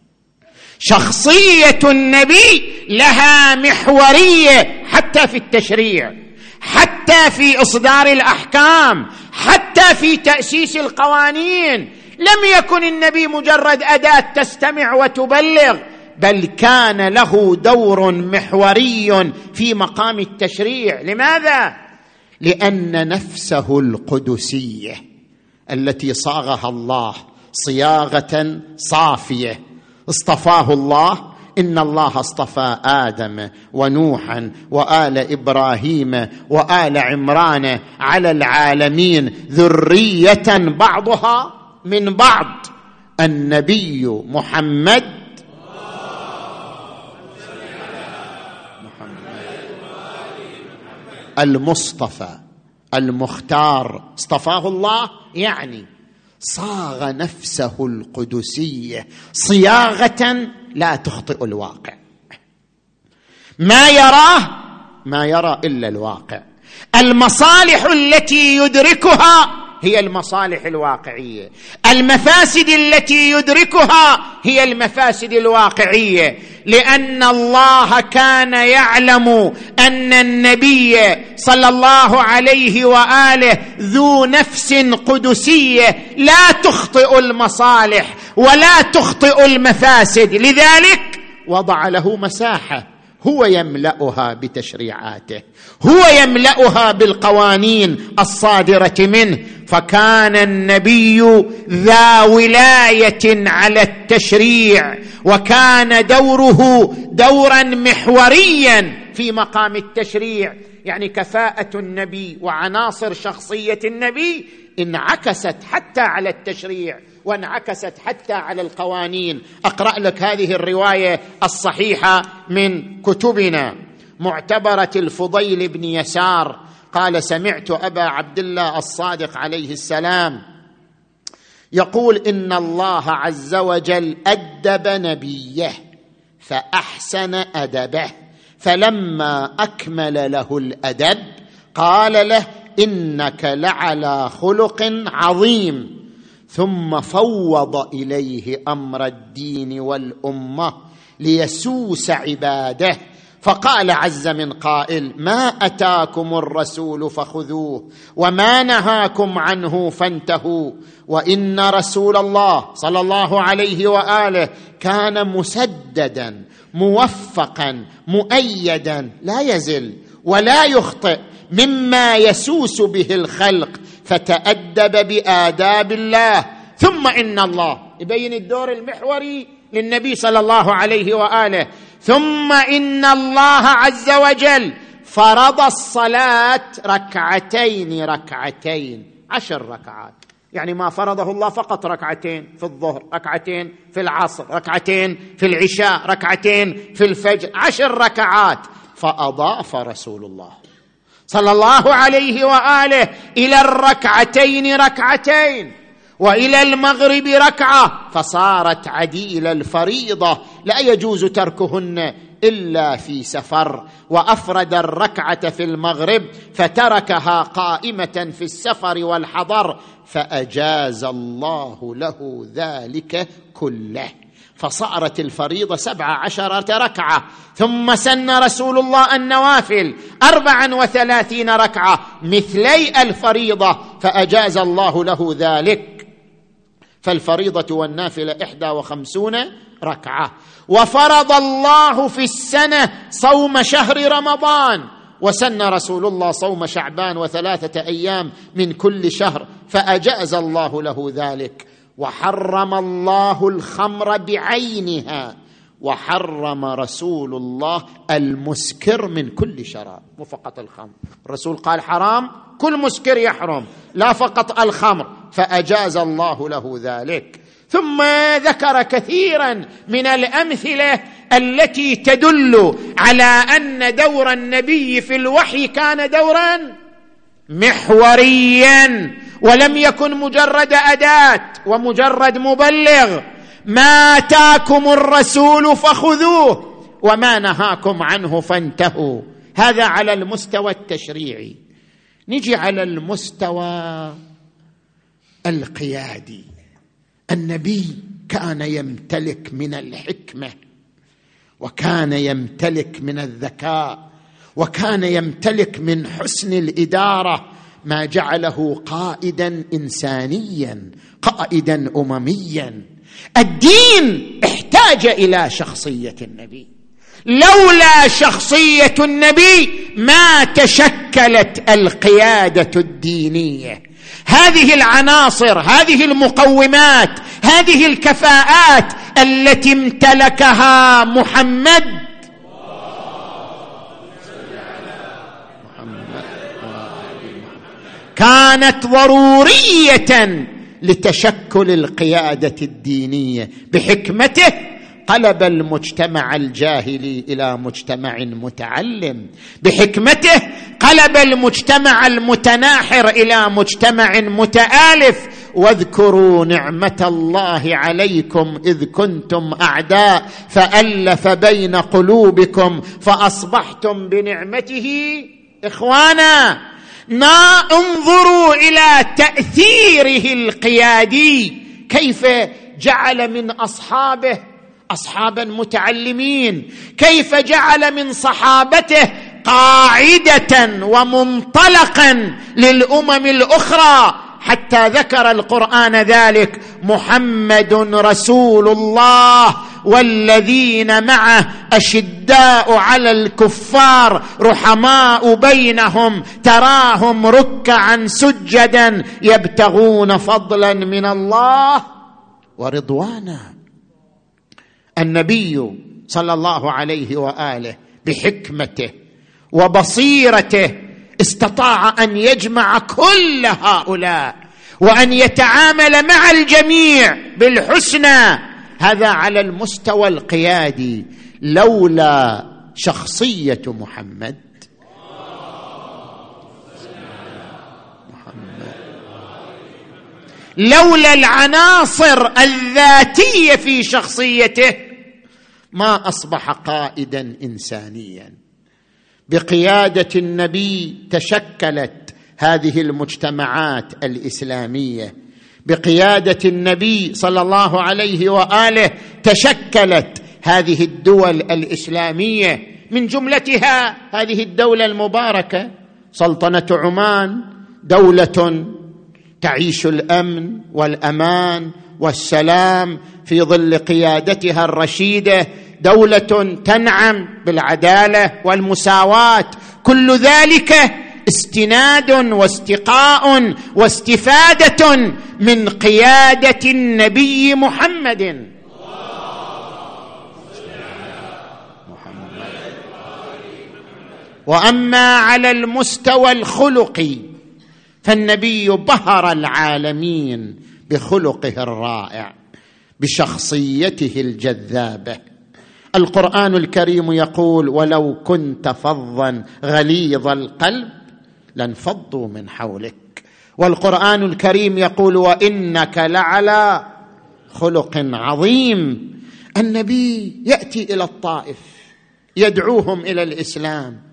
Speaker 3: شخصية النبي لها محورية حتى في التشريع، حتى في إصدار الأحكام، حتى في تأسيس القوانين. لم يكن النبي مجرد أداة تستمع وتبلغ، بل كان له دور محوري في مقام التشريع. لماذا؟ لأن نفسه القدسية التي صاغها الله صياغة صافية اصطفاه الله. إن الله اصطفى آدم ونوحا وآل إبراهيم وآل عمران على العالمين ذرية بعضها من بعض. النبي محمد المصطفى المختار اصطفاه الله، يعني صاغ نفسه القدسية صياغة لا تخطئ الواقع. ما يرى إلا الواقع. المصالح التي يدركها هي المصالح الواقعية، المفاسد التي يدركها هي المفاسد الواقعية، لأن الله كان يعلم أن النبي صلى الله عليه وآله ذو نفس قدسية لا تخطئ المصالح ولا تخطئ المفاسد، لذلك وضع له مساحة هو يملأها بتشريعاته، هو يملأها بالقوانين الصادرة منه. فكان النبي ذا ولاية على التشريع، وكان دوره دورا محوريا في مقام التشريع. يعني كفاءة النبي وعناصر شخصية النبي انعكست حتى على التشريع وانعكست حتى على القوانين. أقرأ لك هذه الرواية الصحيحة من كتبنا. معتبرة الفضيل بن يسار قال: سمعت أبا عبد الله الصادق عليه السلام يقول: إن الله عز وجل أدب نبيه فأحسن أدبه، فلما أكمل له الأدب قال له: إنك لعلى خلق عظيم، ثم فوض إليه أمر الدين والأمة ليسوس عباده، فقال عز من قائل: ما أتاكم الرسول فخذوه وما نهاكم عنه فانتهوا، وإن رسول الله صلى الله عليه وآله كان مسددا موفقا مؤيدا لا يزل ولا يخطئ مما يسوس به الخلق، فتأدب بآداب الله. ثم إن الله يبين الدور المحوري للنبي صلى الله عليه وآله. ثم إن الله عز وجل فرض الصلاة ركعتين 10 ركعات. يعني ما فرضه الله فقط ركعتين في الظهر، ركعتين في العصر، ركعتين في العشاء، ركعتين في الفجر، 10 ركعات. فأضاف رسول الله صلى الله عليه وآله إلى الركعتين ركعتين، وإلى المغرب ركعة، فصارت عديل الفريضة لا يجوز تركهن إلا في سفر. وأفرد الركعة في المغرب فتركها قائمة في السفر والحضر، فأجاز الله له ذلك كله، فصارت الفريضة 17 ركعة. ثم سن رسول الله النوافل 34 ركعة مثلي الفريضة، فأجاز الله له ذلك. فالفريضة والنافلة 51 ركعة. وفرض الله في السنة صوم شهر رمضان، وسن رسول الله صوم شعبان و3 أيام من كل شهر، فأجاز الله له ذلك. وحرم الله الخمر بعينها، وحرم رسول الله المسكر من كل شراب، مو فقط الخمر. الرسول قال حرام كل مسكر يحرم، لا فقط الخمر، فأجاز الله له ذلك. ثم ذكر كثيرا من الأمثلة التي تدل على أن دور النبي في الوحي كان دورا محوريا، ولم يكن مجرد أداة ومجرد مبلغ. ما آتاكم الرسول فخذوه وما نهاكم عنه فانتهوا. هذا على المستوى التشريعي. نجي على المستوى القيادي. النبي كان يمتلك من الحكمة، وكان يمتلك من الذكاء، وكان يمتلك من حسن الإدارة ما جعله قائدا إنسانيا، قائدا أمميا. الدين احتاج إلى شخصية النبي، لولا شخصية النبي ما تشكلت القيادة الدينية. هذه العناصر، هذه المقومات، هذه الكفاءات التي امتلكها محمد كانت ضرورية لتشكل القيادة الدينية. بحكمته قلب المجتمع الجاهلي إلى مجتمع متعلم، بحكمته قلب المجتمع المتناحر إلى مجتمع متآلف، واذكروا نعمة الله عليكم إذ كنتم أعداء فألف بين قلوبكم فأصبحتم بنعمته إخوانا. انظروا إلى تأثيره القيادي، كيف جعل من أصحابه أصحابا متعلمين، كيف جعل من صحابته قاعدة ومنطلقا للأمم الأخرى، حتى ذكر القرآن ذلك: محمد رسول الله والذين معه أشداء على الكفار رحماء بينهم تراهم ركعا سجدا يبتغون فضلا من الله ورضوانا. النبي صلى الله عليه وآله بحكمته وبصيرته استطاع أن يجمع كل هؤلاء وأن يتعامل مع الجميع بالحسنى، هذا على المستوى القيادي. لولا شخصية محمد لولا العناصر الذاتية في شخصيته ما أصبح قائدا إنسانيا. بقيادة النبي تشكلت هذه المجتمعات الإسلامية، بقيادة النبي صلى الله عليه وآله تشكلت هذه الدول الإسلامية، من جملتها هذه الدولة المباركة سلطنة عمان، دولة تعيش الأمن والأمان والسلام في ظل قيادتها الرشيدة، دولة تنعم بالعدالة والمساواة، كل ذلك استناد واستقاء واستفادة من قيادة النبي محمد. وأما على المستوى الخلقي فالنبي بهر العالمين بخلقه الرائع، بشخصيته الجذابة. القرآن الكريم يقول: ولو كنت فظا غليظ القلب لانفضوا من حولك. والقرآن الكريم يقول: وإنك لعلى خلق عظيم. النبي يأتي إلى الطائف يدعوهم إلى الإسلام،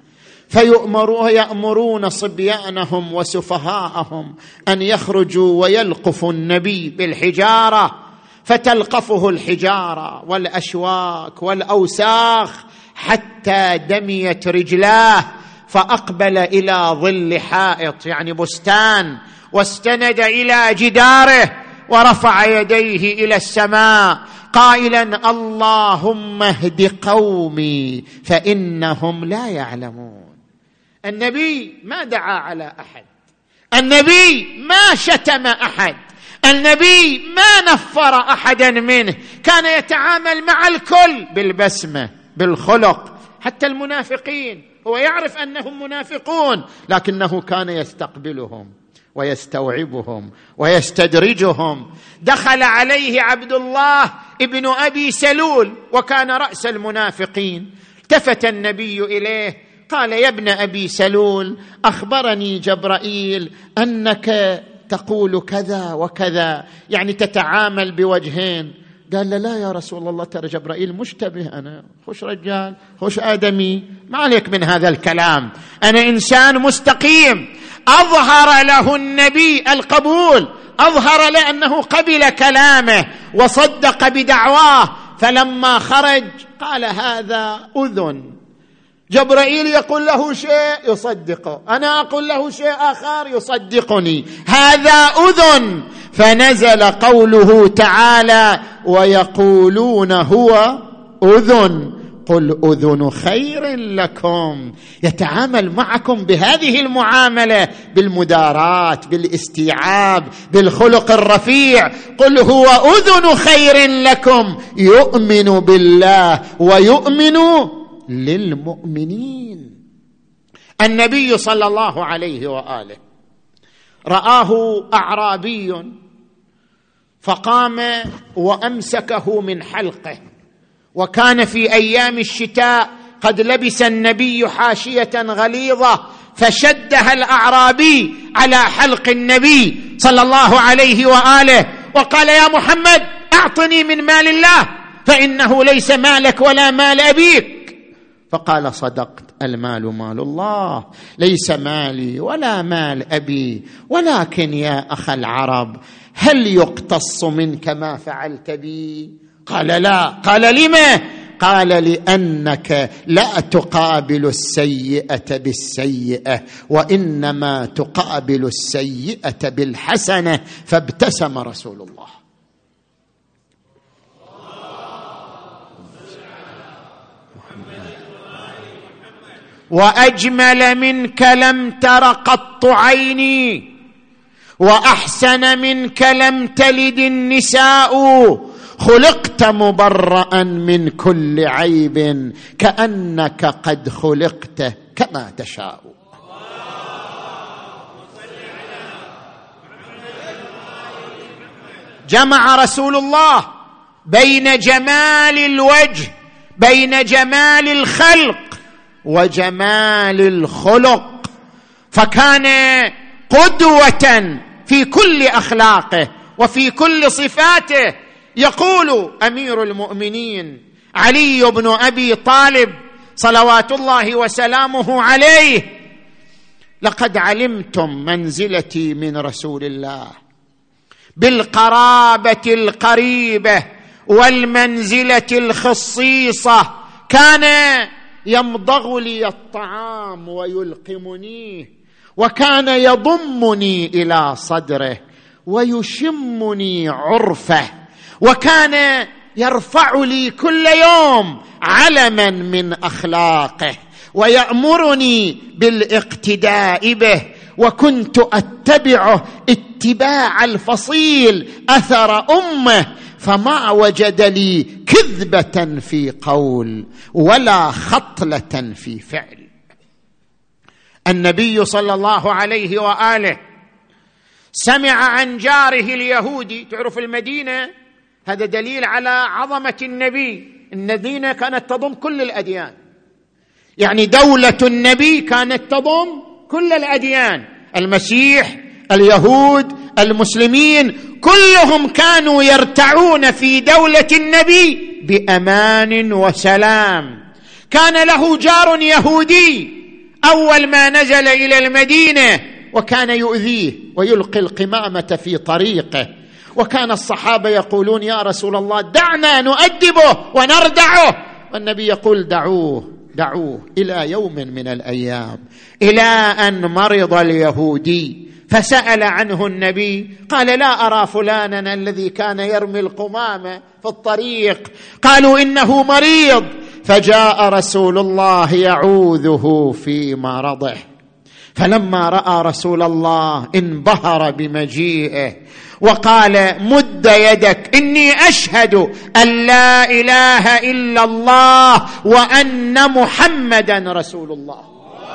Speaker 3: فيأمرون صبيانهم وسفهاءهم أن يخرجوا ويلقفوا النبي بالحجارة، فتلقفه الحجارة والأشواك والأوساخ حتى دميت رجلاه، فأقبل إلى ظل حائط يعني بستان، واستند إلى جداره ورفع يديه إلى السماء قائلا: اللهم اهد قومي فإنهم لا يعلمون. النبي ما دعا على أحد، النبي ما شتم أحد، النبي ما نفر أحدا منه، كان يتعامل مع الكل بالبسمة بالخلق، حتى المنافقين هو يعرف أنهم منافقون لكنه كان يستقبلهم ويستوعبهم ويستدرجهم. دخل عليه عبد الله ابن أبي سلول وكان رأس المنافقين، التفت النبي إليه قال: يا ابن أبي سلول، أخبرني جبرائيل أنك تقول كذا وكذا، يعني تتعامل بوجهين. قال: لا يا رسول الله، ترى جبرائيل مشتبه، أنا خوش رجال خوش آدمي، ما عليك من هذا الكلام، أنا إنسان مستقيم. أظهر له النبي القبول، أظهر له أنه قبل كلامه وصدق بدعواه، فلما خرج قال: هذا أذن، جبرائيل يقول له شيء يصدقه، أنا أقول له شيء آخر يصدقني، هذا أذن. فنزل قوله تعالى: ويقولون هو أذن قل أذن خير لكم. يتعامل معكم بهذه المعاملة، بالمدارات، بالاستيعاب، بالخلق الرفيع. قل هو أذن خير لكم يؤمن بالله ويؤمن للمؤمنين. النبي صلى الله عليه وآله رآه أعرابي فقام وأمسكه من حلقه، وكان في أيام الشتاء قد لبس النبي حاشية غليظة، فشدها الأعرابي على حلق النبي صلى الله عليه وآله وقال: يا محمد أعطني من مال الله فإنه ليس مالك ولا مال أبيك. فقال: صدقت، المال مال الله، ليس مالي ولا مال أبي، ولكن يا أخ العرب هل يقتص منك ما فعلت بي؟ قال: لا. قال: لما؟ قال: لأنك لا تقابل السيئة بالسيئة، وإنما تقابل السيئة بالحسنة. فابتسم رسول الله. وأجمل منك لم تر قط عيني، وأحسن منك لم تلد النساء، خلقت مبرأ من كل عيب، كأنك قد خلقت كما تشاء. جمع رسول الله بين جمال الوجه، بين جمال الخلق وجمال الخلق، فكان قدوة في كل أخلاقه وفي كل صفاته. يقول أمير المؤمنين علي بن أبي طالب صلوات الله وسلامه عليه: لقد علمتم منزلتي من رسول الله بالقرابة القريبة والمنزلة الخصيصة. كان يمضغ لي الطعام ويلقمنيه، وكان يضمني إلى صدره ويشمني عرفه، وكان يرفع لي كل يوم علما من أخلاقه ويأمرني بالاقتداء به، وكنت أتبعه اتباع الفصيل أثر أمه، فما وجد لي كذبة في قول ولا خطلة في فعل. النبي صلى الله عليه وآله سمع عن جاره اليهودي. تعرف المدينة، هذا دليل على عظمة النبي. المدينة كانت تضم كل الأديان، يعني دولة النبي كانت تضم كل الأديان، المسيح، اليهود، المسلمين، كلهم كانوا يرتعون في دولة النبي بأمان وسلام. كان له جار يهودي أول ما نزل إلى المدينة، وكان يؤذيه ويلقي القمامة في طريقه، وكان الصحابة يقولون: يا رسول الله دعنا نؤدبه ونردعه، والنبي يقول: دعوه إلى يوم من الأيام، إلى أن مرض اليهودي فسأل عنه النبي، قال: لا أرى فلانا الذي كان يرمي القمامة في الطريق. قالوا: إنه مريض. فجاء رسول الله يعوذه في مرضه، فلما رأى رسول الله انبهر بمجيئه وقال: مد يدك، إني أشهد أن لا إله إلا الله وأن محمدا رسول الله.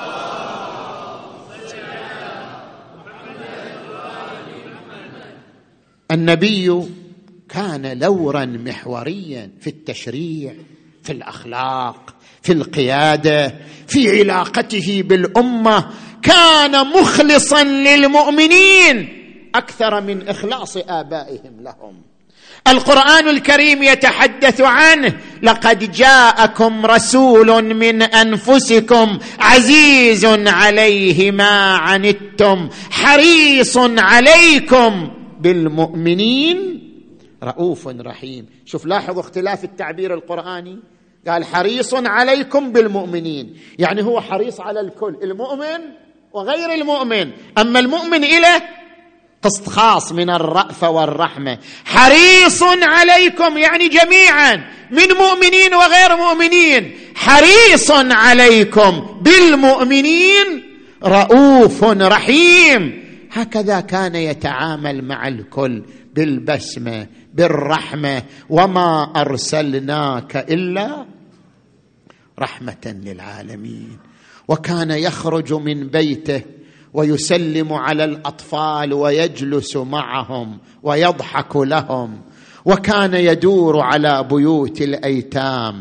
Speaker 3: النبي كان لورا محوريا في التشريع، في الأخلاق، في القيادة، في علاقته بالأمة. كان مخلصا للمؤمنين أكثر من إخلاص آبائهم لهم. القرآن الكريم يتحدث عنه: لقد جاءكم رسول من أنفسكم عزيز عليه ما عنتم حريص عليكم بالمؤمنين رؤوف رحيم. شوف، لاحظوا اختلاف التعبير القرآني. قال: حريص عليكم بالمؤمنين، يعني هو حريص على الكل، المؤمن وغير المؤمن، أما المؤمن إله قسط خاص من الرأفة والرحمة. حريص عليكم يعني جميعا، من مؤمنين وغير مؤمنين. حريص عليكم بالمؤمنين رؤوف رحيم. هكذا كان يتعامل مع الكل بالبسمة، بالرحمة. وما أرسلناك إلا رحمة للعالمين. وكان يخرج من بيته ويسلم على الأطفال ويجلس معهم ويضحك لهم، وكان يدور على بيوت الأيتام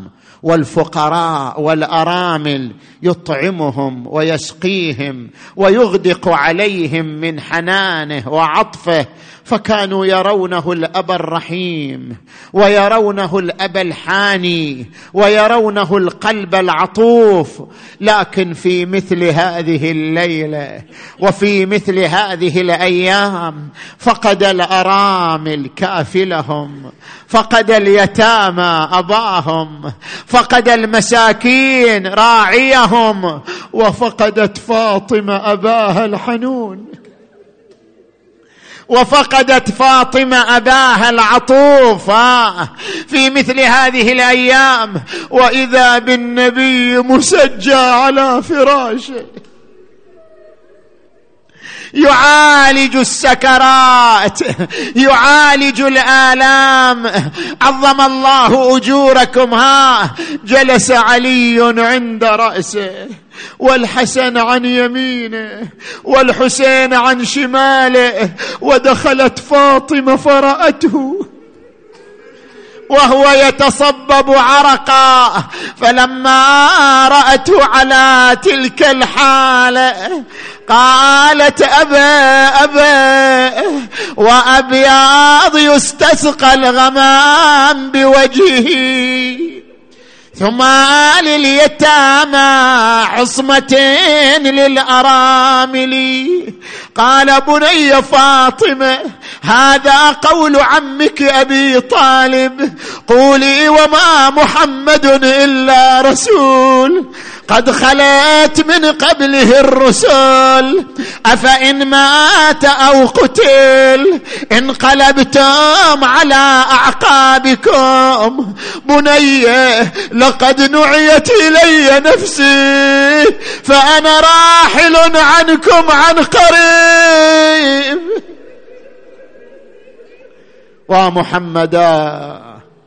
Speaker 3: والفقراء والأرامل يطعمهم ويسقيهم ويغدق عليهم من حنانه وعطفه، فكانوا يرونه الأب الرحيم ويرونه الأب الحاني ويرونه القلب العطوف. لكن في مثل هذه الليلة وفي مثل هذه الأيام فقد الأرامل كافلهم، فقد اليتامى أباهم، فقد المساكين راعيهم، وفقدت فاطمة أباها الحنون، وفقدت فاطمة أباها العطوف في مثل هذه الأيام. وإذا بالنبي مسجى على فراشه يعالج السكرات، يعالج الآلام. عظم الله أجوركم. جلس علي عند رأسه، والحسن عن يمينه والحسين عن شماله، ودخلت فاطمة فرأته وهو يتصبب عرقا، فلما رأته على تلك الحالة قالت أبا وأبياض يستسقى الغمام بوجهه، ثم لليتامى عصمتين للأرامل. قال بني فاطمة هذا قول عمك أبي طالب، قولي وما محمد إلا رسول قد خلت من قبله الرسل، أفإن مات أو قتل انقلبتم على أعقابكم. بني لقد نعيت إلي نفسي فأنا راحل عنكم عن قريب. ومحمدا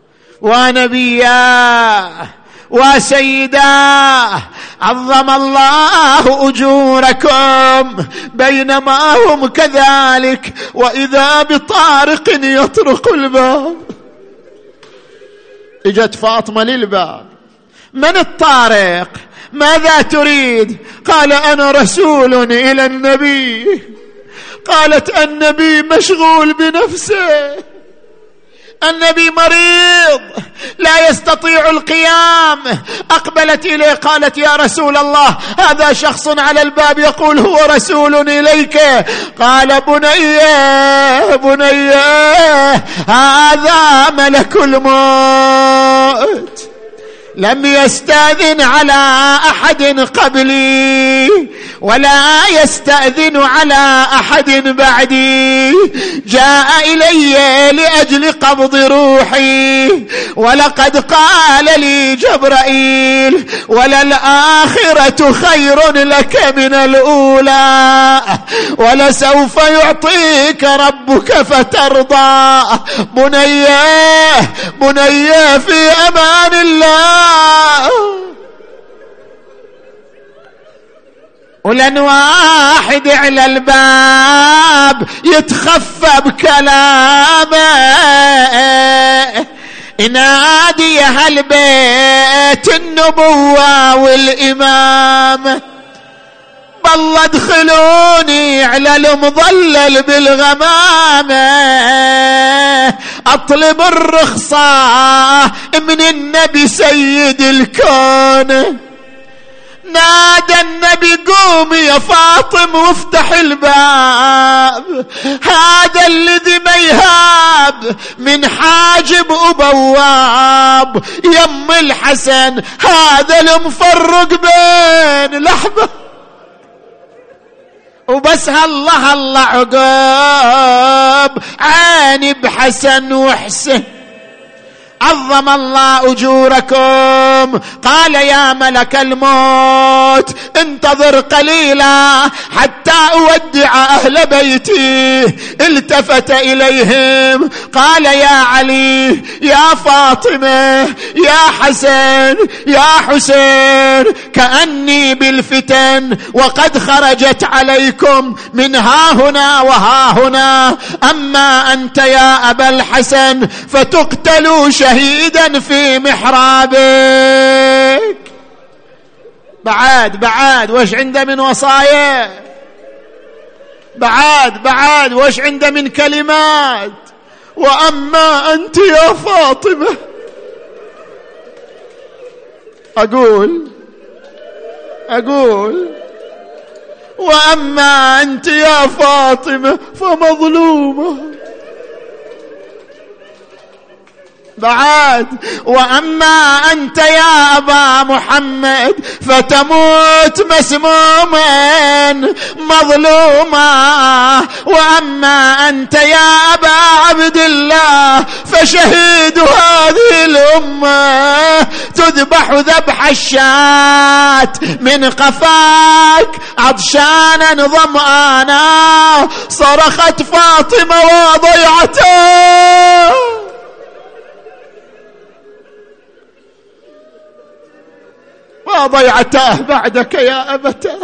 Speaker 3: ونبيا وسيدا عظم الله أجوركم. بينما هم كذلك وإذا بطارق يطرق الباب. اجت فاطمة للباب، من الطارق؟ ماذا تريد؟ قال أنا رسول إلى النبي. قالت النبي مشغول بنفسه، النبي مريض لا يستطيع القيام. أقبلت إليه قالت يا رسول الله هذا شخص على الباب يقول هو رسول إليك. قال بني هذا ملك الموت لم يستأذن على أحد قبلي ولا يستأذن على أحد بعدي، جاء إلي لأجل قبض روحي، ولقد قال لي جبرائيل وللآخرة خير لك من الأولى ولسوف يعطيك ربك فترضى. بني في أمان الله. ولن واحد على الباب يتخفى بكلامه، ينادي أهل بيت النبوة والإمام بالله ادخلوني على المظلل بالغمامة، أطلب الرخصة من النبي سيد الكون. نادى النبي قوم يا فاطم وافتح الباب، هذا الذي ما يهاب من حاجب وبواب، يم الحسن هذا المفرق بين لحظة وبس. الله عقاب عاني بحسن وحسن. عظم الله أجوركم. قال يا ملك الموت انتظر قليلا حتى أودع أهل بيتي. التفت إليهم قال يا علي يا فاطمة يا حسن يا حسين كأني بالفتن وقد خرجت عليكم من ها هنا وها هنا، أما أنت يا أبا الحسن فتقتلوا شهيدا شهيدا في محرابك. بعد وش عنده من وصايا، بعد وش عنده من كلمات. وأما أنت يا فاطمة، أقول وأما أنت يا فاطمة فمظلومة. بعد وأما أنت يا أبا محمد فتموت مسموما مظلوما. وأما أنت يا أبا عبد الله فشهيد هذه الأمة تذبح ذبح الشاة من قفاك عطشانا ظمآنا. صرخت فاطمة وضيعته بعدك يا أبتاه.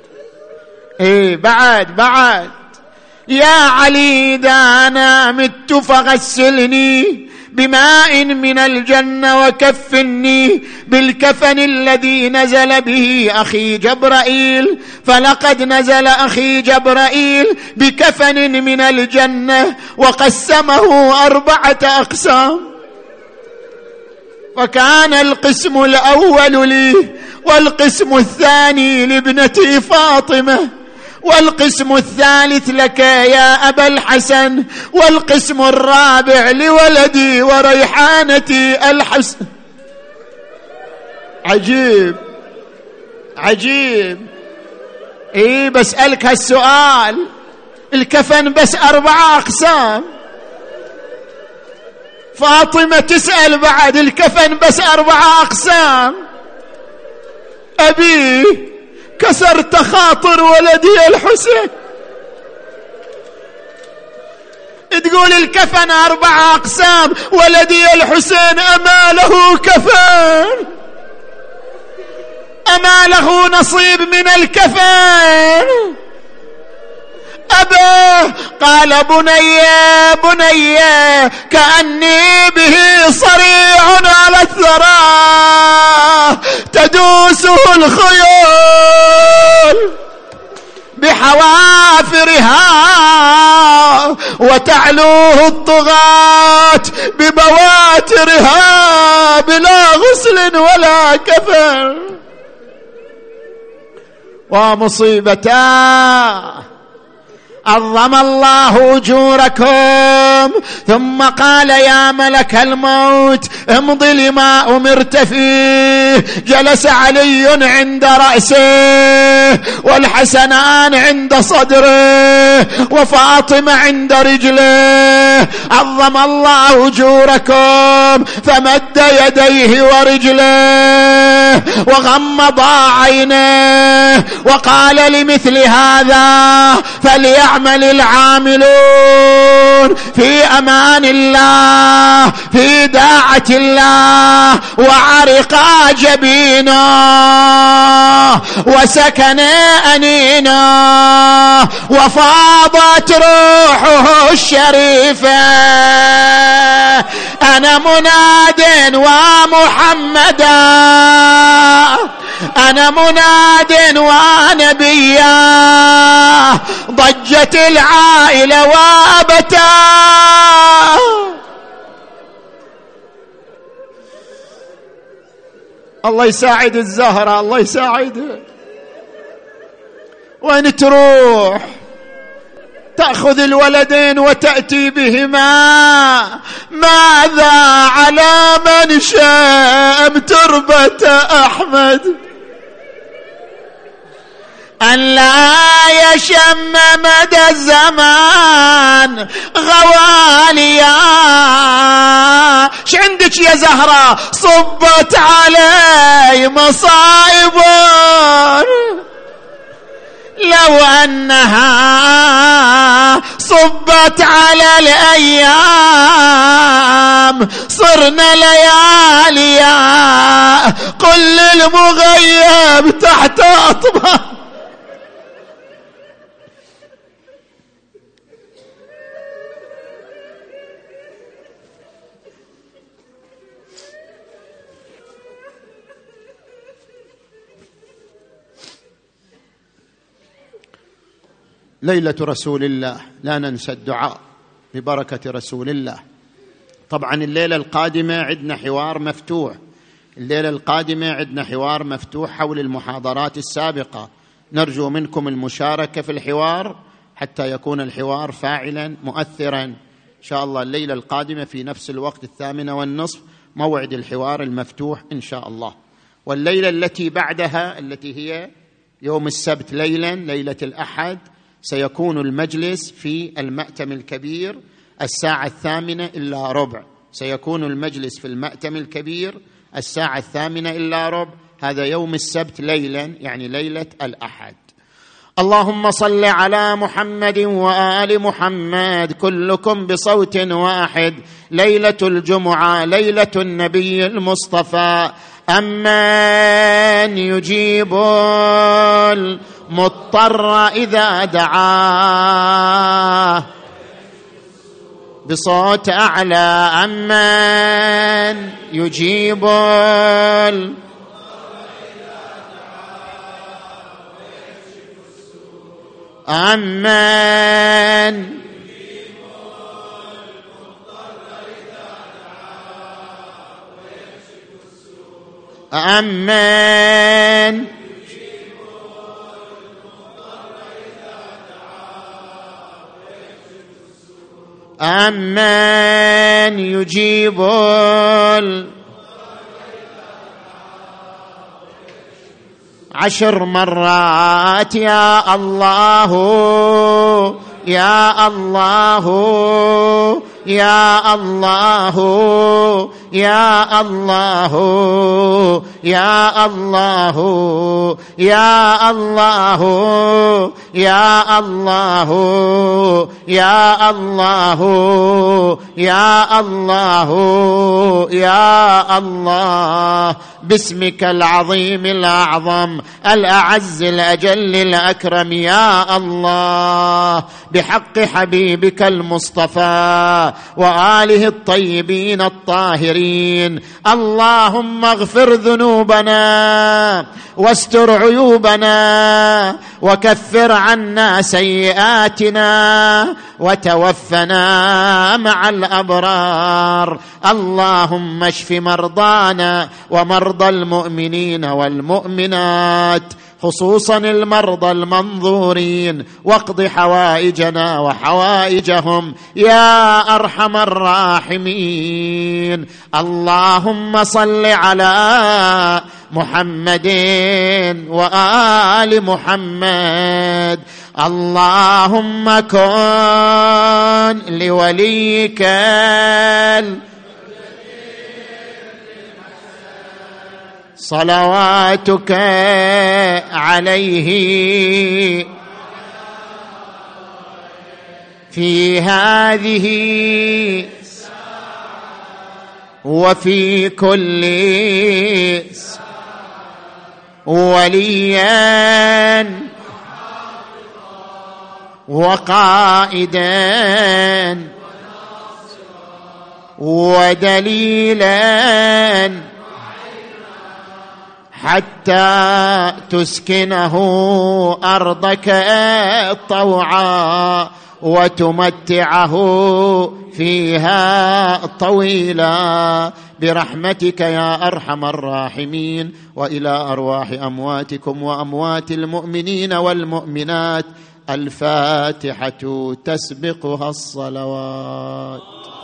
Speaker 3: بعد يا علي إذا أنا مت فغسلني بماء من الجنة وكفني بالكفن الذي نزل به أخي جبرائيل. فلقد نزل أخي جبرائيل بكفن من الجنة وقسمه 4 أقسام، وكان القسم الأول لي، والقسم الثاني لابنتي فاطمة، والقسم الثالث لك يا أبا الحسن، والقسم الرابع لولدي وريحانتي الحسن. عجيب. بسألك هالسؤال، الكفن بس 4 أقسام، فاطمة تسأل بعد الكفن بس 4 أقسام. أبي كسرت خاطر ولدي الحسين، تقول الكفن 4 أقسام، ولدي الحسين أما له كفن، أما له نصيب من الكفن؟ أبا قال بني كأني به صريع على الثرى تدوسه الخيول بحوافرها وتعلوه الطغاة ببواترها بلا غسل ولا كفن. ومصيبتاه عظم الله أجوركم. ثم قال يا ملك الموت امض لما أمرت فيه. جلس علي عند رأسه، والحسنان عند صدره، وفاطمة عند رجله. عظم الله أجوركم. فمد يديه ورجله وغمض عينيه وقال لمثل هذا فليعمل العاملون في أمان الله في داعة الله. وعرق جبينه وسكن أنينه وفاضت روحه الشريفة. أنا مناد ومحمدا، أنا مناد ونبيا. ضجت العائلة وابتا. الله يساعد الزهرة، الله يساعدها. وين تروح؟ تأخذ الولدين وتأتي بهما. ماذا على من شام تربة أحمد أن لا يشم مدى الزمان غواليا. ش عندك يا زهرة؟ صبت علي مصائب لو أنها صبت على الأيام صرنا لياليا. قل للمغيب تحت أطباق.
Speaker 1: ليلة رسول الله، لا ننسى الدعاء ببركة رسول الله. طبعا الليلة القادمة عندنا حوار مفتوح، الليلة القادمة عندنا حوار مفتوح حول المحاضرات السابقة، نرجو منكم المشاركة في الحوار حتى يكون الحوار فاعلا مؤثرا. إن شاء الله الليلة القادمة في نفس الوقت 20:30 موعد الحوار المفتوح إن شاء الله. والليلة التي بعدها التي هي يوم السبت ليلا، ليلة الأحد، سيكون المجلس في المأتم الكبير 8:08، سيكون المجلس في المأتم الكبير 8:08، هذا يوم السبت ليلا، يعني ليلة الأحد. اللهم صل على محمد وآل محمد، كلكم بصوت واحد. ليلة الجمعة ليلة النبي المصطفى. أمن يجيب المضطر إذا دعاه، بصوت أعلى. أمن يجيب أمن أمن أمن يجيب 10 مرات. يا الله يا الله يا الله يا الله يا الله يا الله يا الله يا الله يا الله يا الله. باسمك العظيم الأعظم الأعز الأجل الأكرم يا الله، بحق حبيبك المصطفى وآله الطيبين الطاهرين. اللهم اغفر ذنوبنا واستر عيوبنا وكفر عنا سيئاتنا وتوفنا مع الأبرار. اللهم اشف مرضانا ومرضى المؤمنين والمؤمنات، خصوصا المرضى المنظورين، واقض حوائجنا وحوائجهم يا أرحم الراحمين. اللهم صل على محمد وآل محمد. اللهم كن لوليك صلواتك عليه في هذه وفي كل وليا وقائدا ودليلا، حتى تسكنه أرضك طوعا وتمتعه فيها طويلا، برحمتك يا أرحم الراحمين. وإلى أرواح أمواتكم وأموات المؤمنين والمؤمنات الفاتحة تسبقها الصلوات.